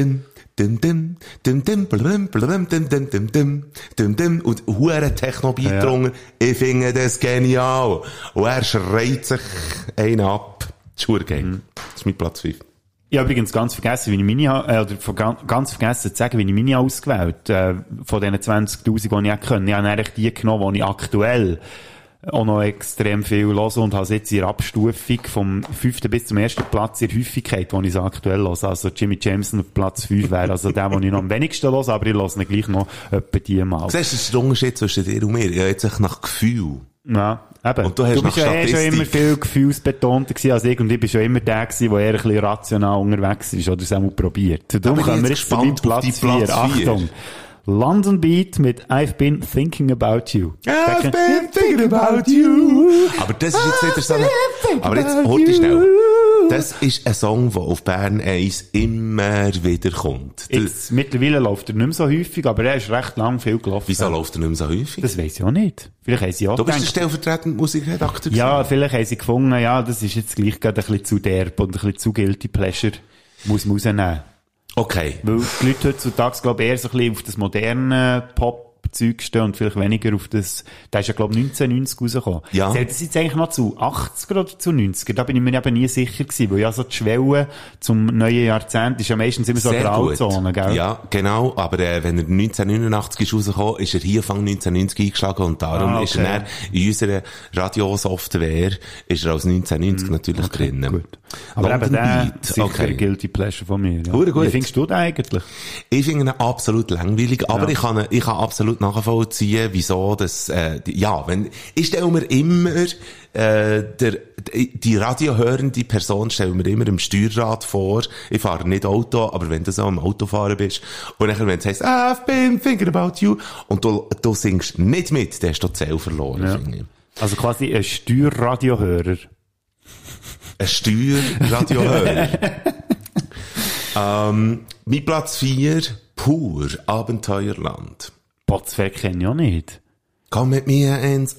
und hure Techno-Beat drunter. Ich finde das genial. Und er schreit sich einen ab. Schuhe geil. Das ist mein Platz 5. Ich habe übrigens ganz vergessen, wie ich meine, ganz vergessen zu sagen, wie ich meine ausgewählt, von diesen 20.000, die ich können. Ich habe eigentlich die genommen, die ich aktuell auch noch extrem viel höre und habe jetzt in der Abstufung vom 5. bis zum 1. Platz in der Häufigkeit, die ich so aktuell höre. Also Jimmy Jameson auf Platz 5 wäre also der, den ich noch am wenigsten höre, aber ich höre ihn gleich noch etwa die mal. Siehst du, das ist der Unterschied zwischen dir und mir. Ja, jetzt nach Gefühl. Ja, eben. Und du bist ja schon immer viel gefühlsbetonter gewesen als ich und ich bin schon immer der gewesen, der eher ein bisschen rational unterwegs ist oder es auch mal probiert. Darum kommen wir jetzt zu meinem Platz 4. Achtung. London Beat mit I've been thinking about you. I've been thinking about you. Aber das ist jetzt wieder so eine... Aber jetzt, hört dich schnell. Das ist ein Song, der auf Bern 1 immer wieder kommt. Jetzt, mittlerweile läuft er nicht mehr so häufig, aber er ist recht lang viel gelaufen. Wieso läuft er nicht mehr so häufig? Das weiss ich auch nicht. Vielleicht haben sie auch Du bist der stellvertretende Musikredakteur. Ja, vielleicht haben sie gefunden, ja, das ist jetzt gleich gerade ein bisschen zu derb und ein bisschen zu guilty pleasure. Muss man rausnehmen. Okay. Weil die Leute heutzutage, glaube ich, eher so ein bisschen auf das moderne Pop-Zeug stehen und vielleicht weniger auf das, der ist ja, glaube ich, 1990 rausgekommen. Ja. Zählt das jetzt eigentlich noch zu 80er oder zu 90er? Da bin ich mir eben nie sicher gewesen, weil ja so die Schwelle zum neuen Jahrzehnt ist ja meistens immer so eine Grauzone, gell? Ja, genau. Aber wenn er 1989 ist rausgekommen, ist er hier Anfang 1990 eingeschlagen und darum ist er dann in unserer Radiosoftware ist er als 1990 natürlich drin. Gut. Aber London eben der Beat. sicher ein Guilty Pleasure von mir. Ja. Gut. Wie findest du den eigentlich? Ich finde ihn absolut langweilig, aber ich kann absolut nachvollziehen, wieso das, ich stelle mir immer, die radiohörende Person stelle mir immer im Steuerrad vor. Ich fahre nicht Auto, aber wenn du so am Autofahren bist, und dann, wenn es heisst, I've been thinking about you, und du singst nicht mit, dann hast du die Zähl verloren, finde ich. Also quasi ein Steuerradiohörer. Ein Steuerradiohörer. Mein Platz 4, pur Abenteuerland. Potzwerk kenne ich auch nicht. Komm mit mir ins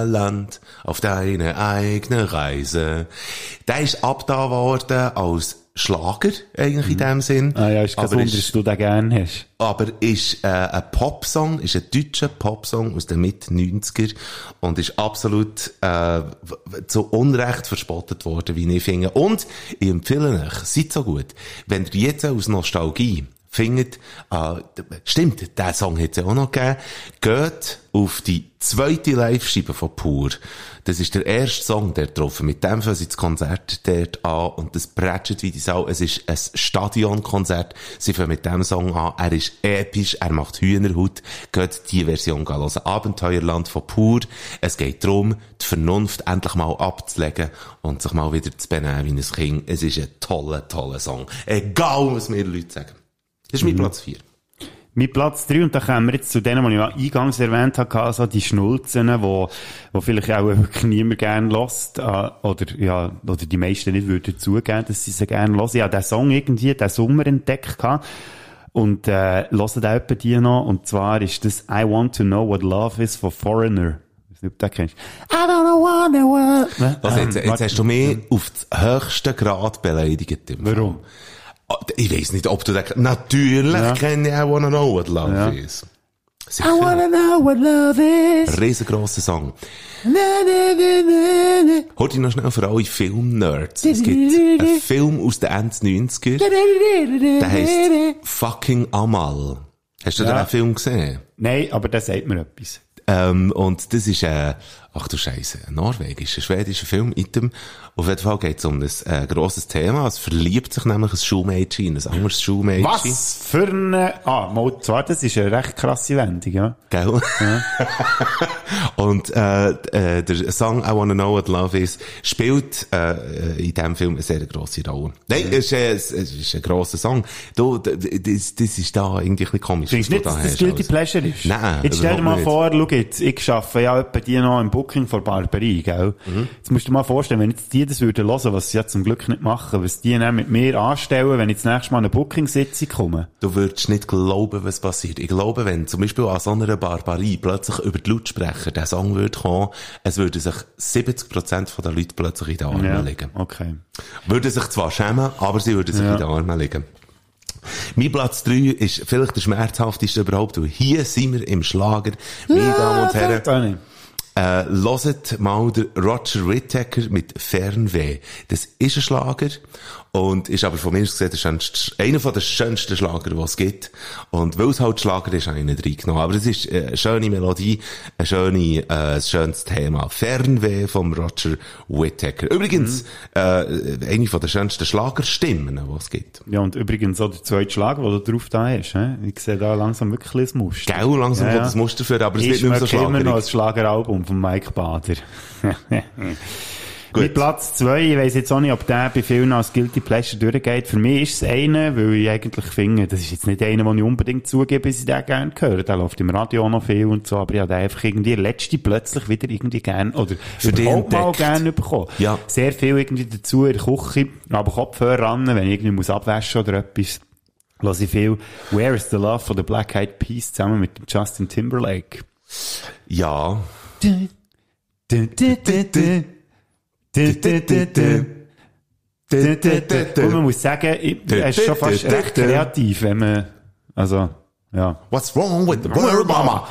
Abenteuerland, auf deine eigene Reise. Der ist abgetan worden als Schlager, eigentlich in dem Sinn. Ah ja, ist kein Wunder, dass du den gerne hast. Aber ist ein Popsong, ist ein deutscher Popsong aus den Mit-90er und ist absolut zu Unrecht verspottet worden, wie ich finde. Und ich empfehle euch, seid so gut, wenn ihr jetzt aus Nostalgie findet, stimmt, der Song hat es ja auch noch gegeben, geht auf die zweite Live-Scheibe von Pur. Das ist der erste Song, der drauf. Mit dem fangen sie das Konzert dort an und das prätscht wie die Sau. Es ist ein Stadionkonzert. Sie fangen mit dem Song an. Er ist episch, er macht Hühnerhaut. Geht die Version hören. Abenteuerland von Pur. Es geht darum, die Vernunft endlich mal abzulegen und sich mal wieder zu benehmen wie ein Kind. Es ist ein toller, toller Song. Egal, was mir Leute sagen. Das ist mein Platz 4. Mein Platz 3, und da kommen wir jetzt zu denen, die ich eingangs erwähnt habe, so die Schnulzen, wo vielleicht auch wirklich niemand gerne hört, oder die meisten nicht würden zugeben, dass sie gerne hören. Ich habe den Song irgendwie, den Sommer entdeckt gehabt, und, hören auch etwa die noch, und zwar ist das I Want to Know What Love Is von Foreigner. Ich weiß nicht, ob du den kennst. I don't wanna what. Also jetzt hast du mich auf das höchste Grad beleidigt. Warum? Ich weiss nicht, ob du den... Natürlich kenne ich I Wanna Know What Love Is. I wanna know what love is. Riesengrosser Song. Hört ihr noch schnell für alle Film-Nerds. Es gibt einen Film aus den Ende 90er. Der heisst Fucking Amal. Hast du den Film gesehen? Nein, aber der sagt mir etwas. Und das ist ach du Scheisse, ein norwegischer, schwedischer Film. Auf jeden Fall geht es um ein grosses Thema. Es verliebt sich nämlich ein Schulmädchen in ein anderes Schulmädchen. Was für eine... zwar, das ist eine recht krasse Wendung, ja. Gell? Ja. Und der Song I Wanna Know What Love Is spielt in diesem Film eine sehr grosse Rolle. Nein, es ist ein grosser Song. Das ist da irgendwie ein bisschen komisch. Findest du nicht, dass das Guilty Pleasure ist? Nein. Jetzt stell dir mal vor, schau jetzt, ich arbeite ja etwa die noch im Booking von Barberie, gell? Jetzt musst du dir mal vorstellen, wenn jetzt die das würden hören, was sie ja zum Glück nicht machen, was die dann mit mir anstellen, wenn ich das nächste Mal an eine Booking-Sitzung komme. Du würdest nicht glauben, was passiert. Ich glaube, wenn zum Beispiel an so einer Barbarie plötzlich über die Lautsprecher der Song würde kommen, es würden sich 70% der Leute plötzlich in den Armen liegen. Okay. Würden sich zwar schämen, aber sie würden sich in den Armen liegen. Mein Platz 3 ist vielleicht der schmerzhafteste überhaupt, weil hier sind wir im Schlager. Meine Damen und Herren. Hört mal den Roger Whittaker mit Fernweh. Das ist ein Schlager und ist aber von mir aus gesehen einer der schönsten Schlager, die es gibt. Und weil es halt Schlager ist, habe ich nicht reingenommen. Aber es ist eine schöne Melodie, ein schönes Thema. Fernweh vom Roger Whittaker. Übrigens, eine der schönsten Schlagerstimmen, die es gibt. Ja, und übrigens auch der zweite Schlager, den du drauf da hast. Ich sehe da langsam wirklich ein Muster. Gell, langsam kommt das Muster für, aber es wird nicht mehr so schlagerig. Immer noch ein Schlageralbum von Mike Bader. Mit Platz 2, ich weiss jetzt auch nicht, ob der bei vielen als Guilty Pleasure durchgeht. Für mich ist es einer, weil ich eigentlich finde, das ist jetzt nicht einer, den ich unbedingt zugebe, dass ich den gerne höre. Der läuft im Radio auch noch viel und so, aber ich habe den einfach irgendwie letzte plötzlich wieder irgendwie gerne, oder für überhaupt mal gerne bekommen. Ja. Sehr viel irgendwie dazu in der Küche, aber Kopfhörer ran, wenn ich irgendwie muss abwaschen oder etwas. Lass ich viel Where is the Love von der Black Eyed Peas zusammen mit dem Justin Timberlake. Ja. Und man muss sagen, es ist schon fast recht kreativ, wenn man, also, ja. What's wrong with the world, mama?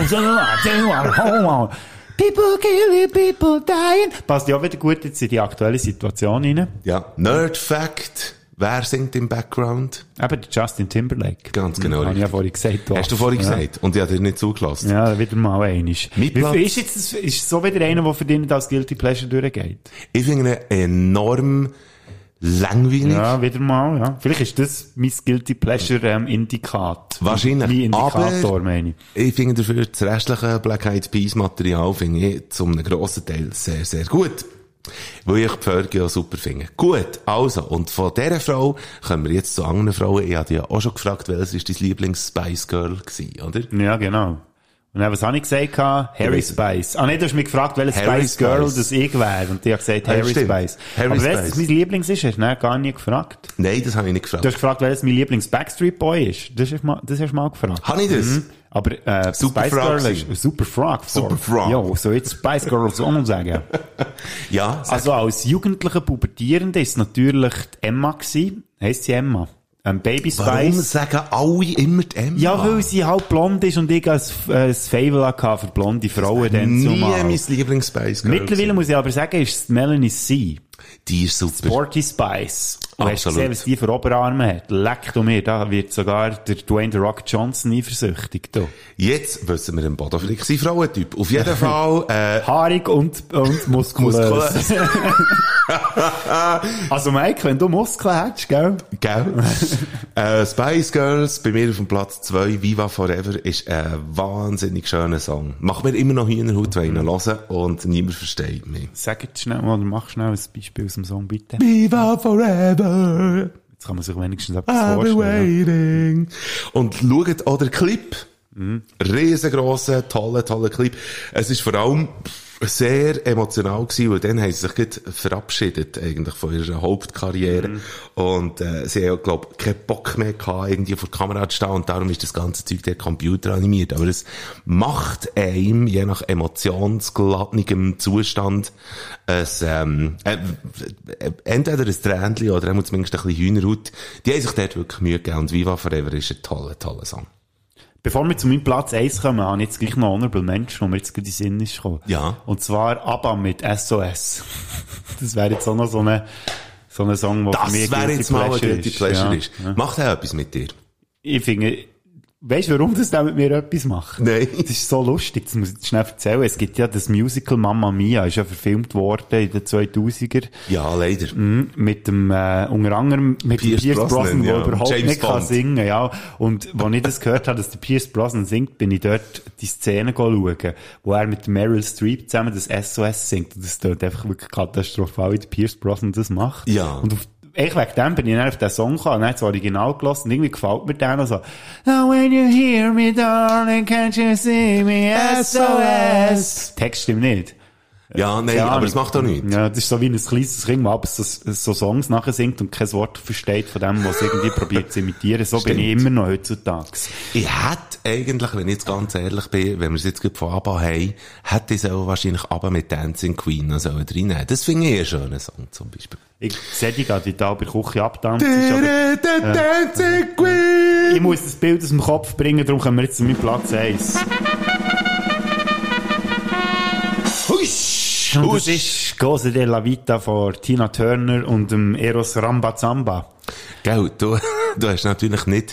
People killing, people dying. Passt ja auch wieder gut jetzt in die aktuelle Situation rein. Ja. Nerd Fact. Wer singt im Background? Eben der Justin Timberlake. Ganz genau. Habe ich ja vorhin gesagt. Hast du vorhin gesagt? Und ich habe dir nicht zugelassen. Ja, wieder mal einiges. Wie ist jetzt, ist so wieder einer, der für dich als Guilty Pleasure durchgeht? Ich finde ihn enorm langweilig. Ja, wieder mal, ja. Vielleicht ist das mein Guilty Pleasure, Indikat. Wahrscheinlich. Mein Indikator, aber meine ich. Ich finde dafür das restliche Black Eyed Peas Material finde ich zum einem grossen Teil sehr, sehr gut. Weil ich die Fergie auch super finde. Gut, also, und von dieser Frau kommen wir jetzt zu anderen Frauen. Ich hatte ja auch schon gefragt, welches ist dein Lieblings-Spice Girl gewesen, oder? Ja, genau. Und dann, was habe ich gesagt? Harry Spice. Ah, nee, du hast mich gefragt, welches Spice Girl das ich wäre. Und ich habe gesagt, Harry Spice. Aber welches mein Lieblings ist, hast du gar nie gefragt? Nein, das habe ich nicht gefragt. Du hast gefragt, welches mein Lieblings-Backstreet Boy ist. Das hast du mal gefragt. Habe ich das? Aber Super Spice Frog Girl ist Super Frog. Super Frog. Ja, so jetzt Spice Girls auch noch sagen. Ja, Also als jugendlicher Pubertierende ist es natürlich die Emma gewesen. Heisst sie Emma? Baby Spice. warum sagen alle immer die Emma? Ja, weil sie halt blond ist und ich ein Fable hatte für blonde Frauen dann Nie zumal. mein Lieblings-Spice Girl. Mittlerweile muss ich aber sagen, ist es Melanie C. Die ist super. Sporty Spice. Und hast du Absolut. gesehen, was die für Oberarme hat? Leck du mir, da wird sogar der Dwayne The Rock Johnson eifersüchtig. Da. Jetzt wissen wir den Bodenflick, sein Frauentyp. Auf jeden Fall, Haarig und muskulös. Also Mike, wenn du Muskeln hättest, gell? gell? Spice Girls, bei mir auf dem Platz 2, Viva Forever, ist ein wahnsinnig schöner Song. Macht mir immer noch Hühnerhaut, wenn ich ihn höre und niemand versteht mich. Sag jetzt schnell, oder mach schnell ein Beispiel aus dem Song, bitte. Viva Forever, Jetzt kann man sich wenigstens etwas I'll be vorstellen. waiting. Und schaut auch den Clip. Riesengrosser, toller Clip. Es ist vor allem sehr emotional gewesen, weil dann haben sie sich gerade verabschiedet, eigentlich, von ihrer Hauptkarriere. Und, sie haben, glaub, keinen Bock mehr gehabt, irgendwie vor der Kamera zu stehen, und darum ist das ganze Zeug der Computer animiert. Aber es macht einem, je nach emotionsgeladenem Zustand, entweder ein Tränchen oder zumindest ein bisschen Hühnerhaut. Die haben sich dort wirklich Mühe gegeben, und Viva Forever ist ein toller Song. Bevor wir zu meinem Platz 1 kommen, habe ich jetzt gleich noch Honorable Mention, wo mir jetzt gerade in den Sinn ist gekommen. Ja. Und zwar ABBA mit SOS. Das wäre jetzt auch noch so ein Song, der für mich Das wäre jetzt mal ein Guilty Pleasure ist. Ja. Macht er etwas mit dir? Ich finde, weisst du, warum das der mit mir etwas macht? Nein. Das ist so lustig, das muss ich dir schnell erzählen. Es gibt ja das Musical Mamma Mia, ist ja verfilmt worden in den 2000er. Ja, leider. Mit dem, unter anderem mit Pierce Pierce Brosnan, Brosnan, der ja. überhaupt James nicht kann Bond. singen, ja. Und als ich das gehört habe, dass der Pierce Brosnan singt, bin ich dort die Szene schauen, wo er mit Meryl Streep zusammen das SOS singt. Und das tut einfach wirklich katastrophal, wie der Pierce Brosnan das macht. Ja. Und wegen dem bin ich dann auf den Song gekommen, und dann das Original gelassen, und irgendwie gefällt mir der noch so. Now when you hear me, darling, can't you see me, SOS. Text stimmt nicht. Ja, nein, Keine aber Ahnung. es macht auch nichts. Ja, das ist so wie ein kleines Kind, das aber so Songs nachher singt und kein Wort versteht von dem, was irgendwie probiert zu imitieren. So bin ich immer noch heutzutage. Ich hätte eigentlich, wenn ich jetzt ganz ehrlich bin, wenn wir es jetzt gerade von ABBA haben, hätte ich so wahrscheinlich ABBA mit Dancing Queen noch reinnehmen. Das finde ich einen schönen Song, zum Beispiel. Ich sehe die gerade, wie da bei der Küche abtanzt ist, aber Dancing Queen! ich muss das Bild aus dem Kopf bringen, darum kommen wir jetzt zu meinem Platz 1. Husch! Und das ist Cosa de la Vita von Tina Turner und dem Eros Rambazamba. Gell, du hast natürlich nicht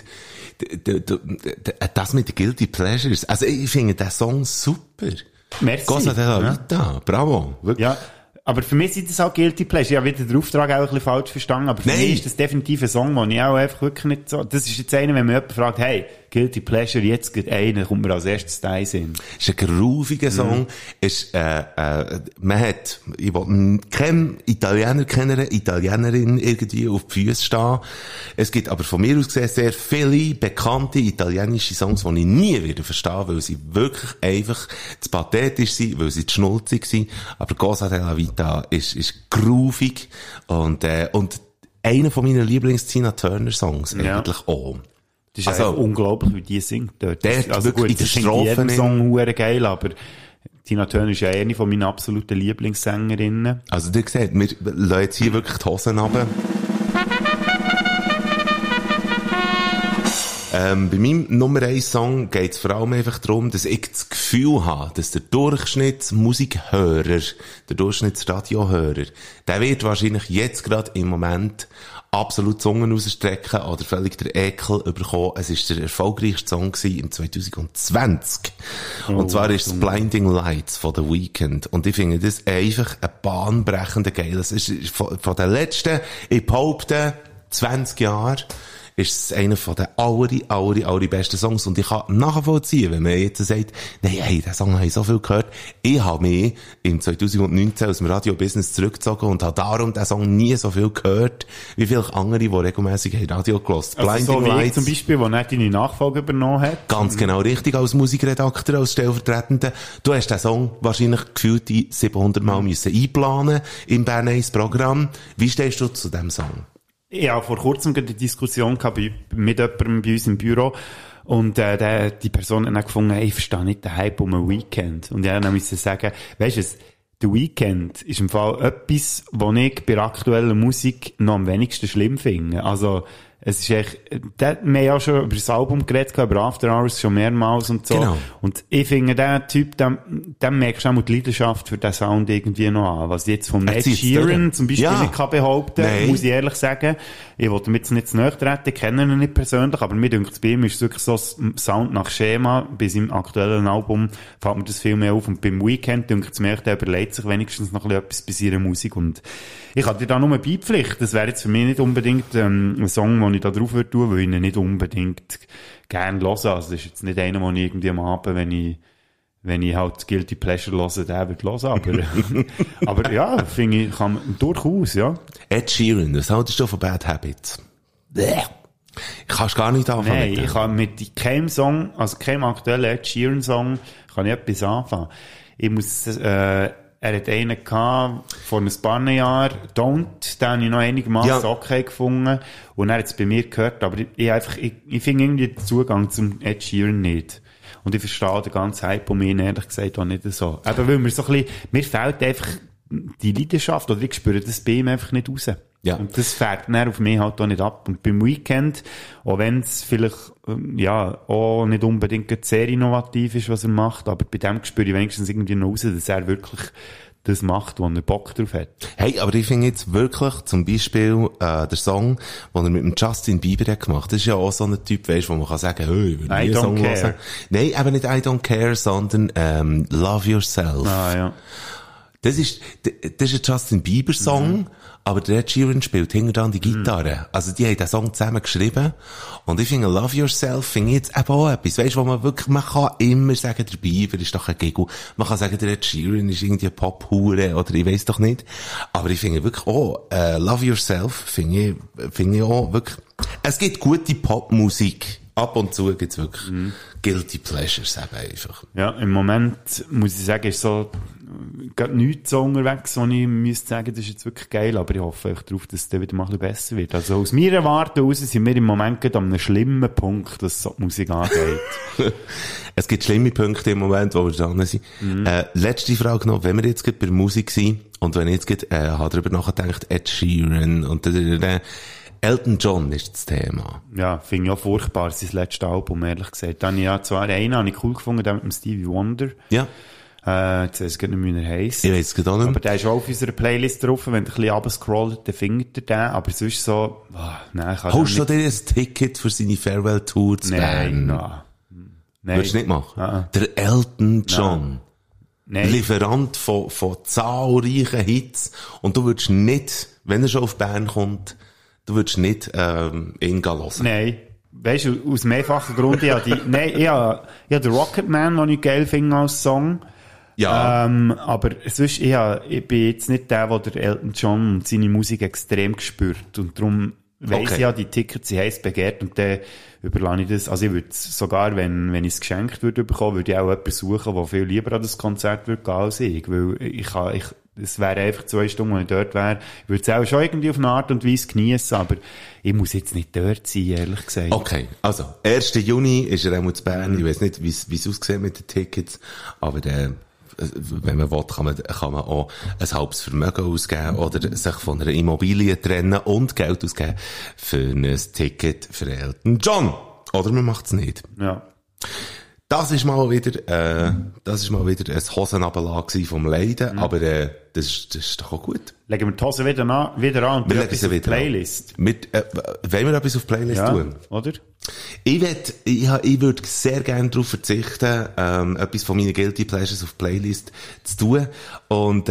das mit den Guilty Pleasures. Also ich finde den Song super. Merci. Cosa de la Ja. Vita. Bravo. Wirklich. Ja, aber für mich sind das auch Guilty Pleasure. Ich habe wieder den Auftrag auch ein bisschen falsch verstanden, aber für Nein. mich ist das definitiv ein Song, den ich auch einfach wirklich nicht so... Das ist jetzt einer, wenn man jemanden fragt, hey, Guilty Pleasure, jetzt geht einer, kommt mir als erstes da in den Sinn. Ist ein grooviger Song. Ist, man hat, ich will keinen Italiener kennen, Italienerin irgendwie auf die Füße stehen. Es gibt aber von mir aus gesehen sehr viele bekannte italienische Songs, die ich nie wieder verstehen, weil sie wirklich einfach zu pathetisch sind, weil sie zu schnulzig sind. Aber Cosa de la Vita ist groovig und einer von meinen Lieblings-Tina Turner Songs Ja. eigentlich auch. Das ist Also, einfach unglaublich, wie die singt dort. Dort Also wirklich gut, in der das ist in jedem Strophe Song hure geil, aber Tina Turner ist ja eine von meinen absoluten Lieblingssängerinnen. Also, ihr seht, wir lassen jetzt hier wirklich die Hosen runter. Bei meinem Nummer 1 Song geht es vor allem einfach darum, dass ich das Gefühl habe, dass der Durchschnittsmusikhörer, der Durchschnittsradiohörer, der wird wahrscheinlich jetzt gerade im Moment absolut Zungen rausstrecken oder völlig der Ekel bekommen. Es ist der erfolgreichste Song gewesen im 2020. Und zwar ist es Blinding Lights von The Weeknd. Und ich finde das einfach ein bahnbrechender Geil. Es ist von den letzten, ich behaupte, 20 Jahren, ist es einer von den allerbesten Songs. Und ich kann nachvollziehen, wenn man jetzt sagt, nein, hey, den Song habe ich so viel gehört. Ich habe mich im 2019 aus dem Radio-Business zurückgezogen und habe darum den Song nie so viel gehört, wie viele andere, die regelmässig Radio gehört haben. Also so wie ich zum Beispiel, der nicht deine Nachfolge übernommen hat. Ganz genau richtig, als Musikredakteur, als Stellvertretender. Du hast den Song wahrscheinlich gefühlt 700 Mal müssen einplanen im Bern 1 Programm. Wie stehst du zu dem Song? Ich habe vor kurzem eine Diskussion gehabt mit jemandem bei uns im Büro. Und die Person hat dann gefunden, hey, ich verstehe nicht den Hype um ein Weekend. Und ich musste dann sagen, weisst du, der Weekend ist im Fall etwas, was ich bei aktueller Musik noch am wenigsten schlimm finde. Also, es ist echt, wir haben ja schon über das Album geredet, über After Hours schon mehrmals und so. Genau. Und ich finde, der Typ, dem merkst du auch die Leidenschaft für den Sound irgendwie noch an. Was ich jetzt von Ed Sheeran zum Beispiel nicht kann behaupten, muss ich ehrlich sagen. Ich wollte mir jetzt nicht zu nahe treten, ich kenne ihn nicht persönlich, aber mir denkt, bei ihm ist es wirklich so ein Sound nach Schema. Bei seinem aktuellen Album fällt mir das viel mehr auf. Und beim Weekend denkt es mir, der überlegt sich wenigstens noch etwas bei seiner Musik. Und ich kann dir da nur beipflichten. Das wäre jetzt für mich nicht unbedingt ein Song, den ich da drauf würde tun, weil ich ihn nicht unbedingt gerne höre. Also das ist jetzt nicht einer, den ich irgendwie am Abend, wenn ich halt Guilty Pleasure höre, den würde hören. Aber ja, finde ich, kann man durchaus, ja. Ed Sheeran, was haltest du von Bad Habits? Kannst gar nicht anfangen. Nein, ich kann mit keinem Song, also keinem aktuellen Ed Sheeran Song, kann ich etwas anfangen. Ich muss, er hat einen gehabt, vor ein paar Jahren, Don't, den habe ich noch einigermaßen okay gefunden. Und er hat es bei mir gehört, aber ich finde irgendwie den Zugang zum Ed Sheeran nicht. Und ich verstehe den ganzen Hype um ihn ehrlich gesagt auch nicht so. Aber weil mir mir fehlt einfach die Leidenschaft, oder ich spüre das bei ihm einfach nicht raus. Ja. Und das fährt dann auf mich halt auch nicht ab. Und beim Weekend, auch wenn es vielleicht, auch nicht unbedingt sehr innovativ ist, was er macht, aber bei dem spüre ich wenigstens irgendwie noch raus, dass er wirklich das macht, wo er Bock drauf hat. Hey, aber ich finde jetzt wirklich, zum Beispiel, der Song, den er mit dem Justin Bieber hat gemacht, das ist ja auch so ein Typ, weißt, wo man kann sagen, hey, ich will nie einen Song hören. Nein, eben nicht I Don't Care, sondern, Love Yourself. Ah, ja. Das ist ein Justin Bieber Song, aber der Ed Sheeran spielt hinten dran die Gitarre. Also die haben den Song zusammen geschrieben. Und ich finde, Love Yourself finde ich jetzt eben auch etwas. Weisst du, wo man wirklich, man kann immer sagen, der Bieber ist doch ein Giggle. Man kann sagen, der Ed Sheeran ist irgendwie eine Pop-Hure oder ich weiss doch nicht. Aber ich finde wirklich auch, Love Yourself finde ich auch wirklich, es gibt gute Popmusik. Ab und zu gibt's wirklich Guilty Pleasures eben einfach. Ja, im Moment, muss ich sagen, ist so, gerade nichts so unterwegs, wo ich müsste sagen, das ist jetzt wirklich geil, aber ich hoffe echt darauf, dass es dann wieder mal ein bisschen besser wird. Also aus meiner Warte heraus sind wir im Moment gerade an einem schlimmen Punkt, was so die Musik angeht. Es gibt schlimme Punkte im Moment, wo wir dran sind. Letzte Frage noch, wenn wir jetzt gerade bei der Musik sind, und wenn ich jetzt gerade, darüber nachgedacht, Ed Sheeran und Elton John ist das Thema. Ja, finde ich auch furchtbar, sein letztes Album, ehrlich gesagt. Dann ja zwar einen habe ich cool gefunden, den mit dem Stevie Wonder. Ja. Jetzt weiss ich gar nicht, wie er heisst. Ich weiss es auch nicht. Aber der ist auch auf unserer Playlist drauf. Wenn du ein bisschen runterscrollt, dann findet ihr den. Aber sonst so, nein, kann Holst du dir ein Ticket für seine Farewell-Tour zu Bern? Nein. Würdest du nicht machen? Der Elton John. Nein. Lieferant von zahlreichen Hits. Und du würdest nicht, wenn er schon auf Bern kommt, du würdest nicht, ihn gehen hören. Nein. Weißt du, aus mehrfachen Grund, ich habe den Rocketman, den ich geil finde als Song. Ja. Aber sonst, ich bin jetzt nicht der der Elton John und seine Musik extrem gespürt. Und darum weiss ich ja, die Tickets sind heiß begehrt und dann überlasse ich das. Also ich würde sogar, wenn ich es geschenkt würde bekommen, würde ich auch jemanden suchen, der viel lieber an das Konzert würde gehen als ich. Weil es wäre einfach 2 Stunden, wo ich dort wäre. Ich würde es auch schon irgendwie auf eine Art und Weise geniessen, aber ich muss jetzt nicht dort sein, ehrlich gesagt. Okay, also, 1. Juni ist er auch zu Bern. Ich weiss nicht, wie es aussieht mit den Tickets, aber wenn man will, kann man auch ein halbes Vermögen ausgeben oder sich von einer Immobilie trennen und Geld ausgeben für ein Ticket für Elton John. Oder man macht es nicht. Ja. Das ist mal wieder ein Hosenabendlag vom Leiden, aber das ist doch auch gut. Legen wir die Hose wieder an und wir etwas auf die Playlist. Wollen wir etwas auf die Playlist tun? Oder? Ich würde sehr gerne darauf verzichten, etwas von meinen Guilty Pleasures auf die Playlist zu tun und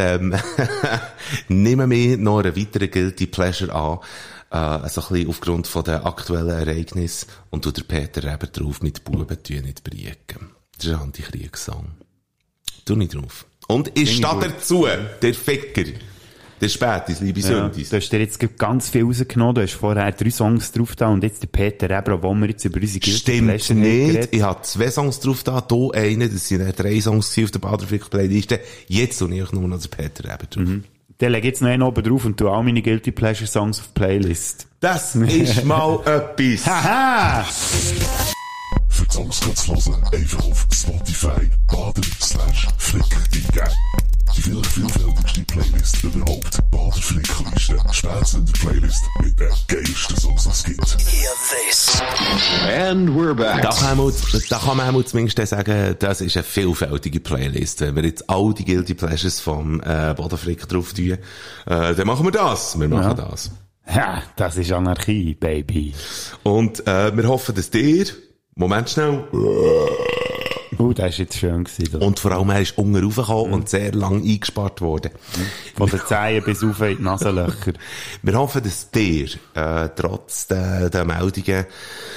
nehme mir noch einen weiteren Guilty Pleasure an, so ein bisschen aufgrund von den aktuellen Ereignissen und tu der Peter Reber drauf mit Buben nicht brieken. Das ist ein Antikriegssong. Tu nicht drauf. Und ich stehe dazu, der Ficker. Der Spätis, liebe Sündis. Du hast dir jetzt ganz viel rausgenommen. Du hast vorher 3 Songs drauf da und jetzt der Peter Reber, wo wir jetzt über unsere Guilty Pleasure nicht. Ich habe 2 Songs drauf da, hier einen. Das sind 3 Songs auf der Baderfick-Playliste. Jetzt tue ich nur noch den Peter Reber drauf. Dann leg jetzt noch einen oben drauf und tu all meine Guilty Pleasure Songs auf die Playlist. Das ist mal etwas. Haha! Songs kannst hören, einfach auf Spotify bader/flick eingeben. Die vielleicht vielfältigste Playlist überhaupt. Bader-Flick-Liste. Spätsünder-Playlist mit den geilsten Songs, die es gibt. Hear this. And we're back. Da kann man auch zumindest sagen, das ist eine vielfältige Playlist. Wenn wir jetzt all die Guilty Pleasures vom Bader-Flick drauf tun, dann machen wir das. Wir machen das. Ja, das ist Anarchie, Baby. Und wir hoffen, dass dir... Moment schnell... Das war jetzt schön gewesen. Und vor allem, er ist unten raufgekommen und sehr lang eingespart worden. Von den Zehen bis auf in die Nasenlöcher. Wir hoffen, dass dir, trotz der Meldungen,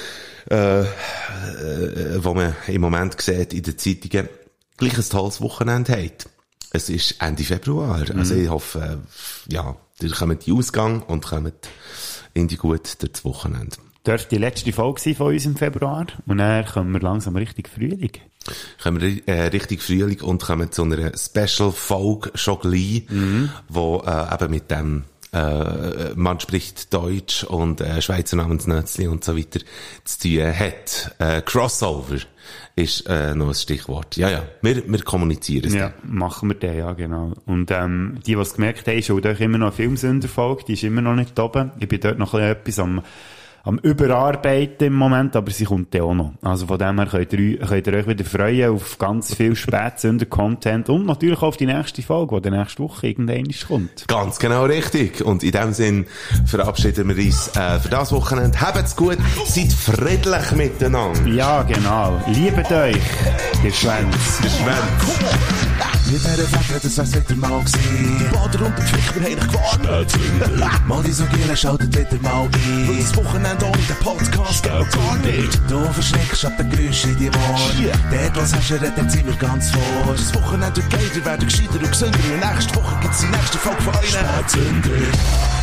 die man im Moment sieht in den Zeitungen, gleich ein tolles Wochenende hat. Es ist Ende Februar. Also ich hoffe, ihr kommt in den Ausgang und kommt in die gut durch das Wochenende. Dürfte die letzte Folge sein von uns im Februar. Und dann kommen wir langsam richtig Frühling. Kommen wir richtig Frühling und kommen zu einer Special-Folge schon gleich, wo eben mit dem man spricht Deutsch und Schweizer Namensnötzli und so weiter zu tun hat. Crossover ist noch ein Stichwort. Ja, wir kommunizieren es. Ja, machen wir den, ja, genau. Und die es gemerkt haben, ist auch immer noch eine Filmsünderfolge, die ist immer noch nicht oben. Ich bin dort noch etwas am Überarbeiten im Moment, aber sie kommt ja auch noch. Also von dem her könnt ihr euch wieder freuen auf ganz viel Spätsünder-Content und natürlich auch auf die nächste Folge, die nächste Woche irgendwann kommt. Ganz genau richtig. Und in dem Sinn verabschieden wir uns für das Wochenende. Habt's gut, seid friedlich miteinander. Ja, genau. Liebet euch, ihr Schwänz. Mit dieser Fächer, das wär's wieder mal gewesen. Die Bader und der Flick, wir haben euch gewarnt. Mal die so Gielen, schaltet wieder mal ein. Weil das Wochenende ohne den Podcast geht gar nicht. Du verschreckst ab den Geräuschen in die Ohren. Dort, was hast du, dort sind wir ganz vor. Das Wochenende wird geil, wir werden gescheiter und gesünder. Und nächste Woche gibt's die nächste Folge von euch. Spätsünder.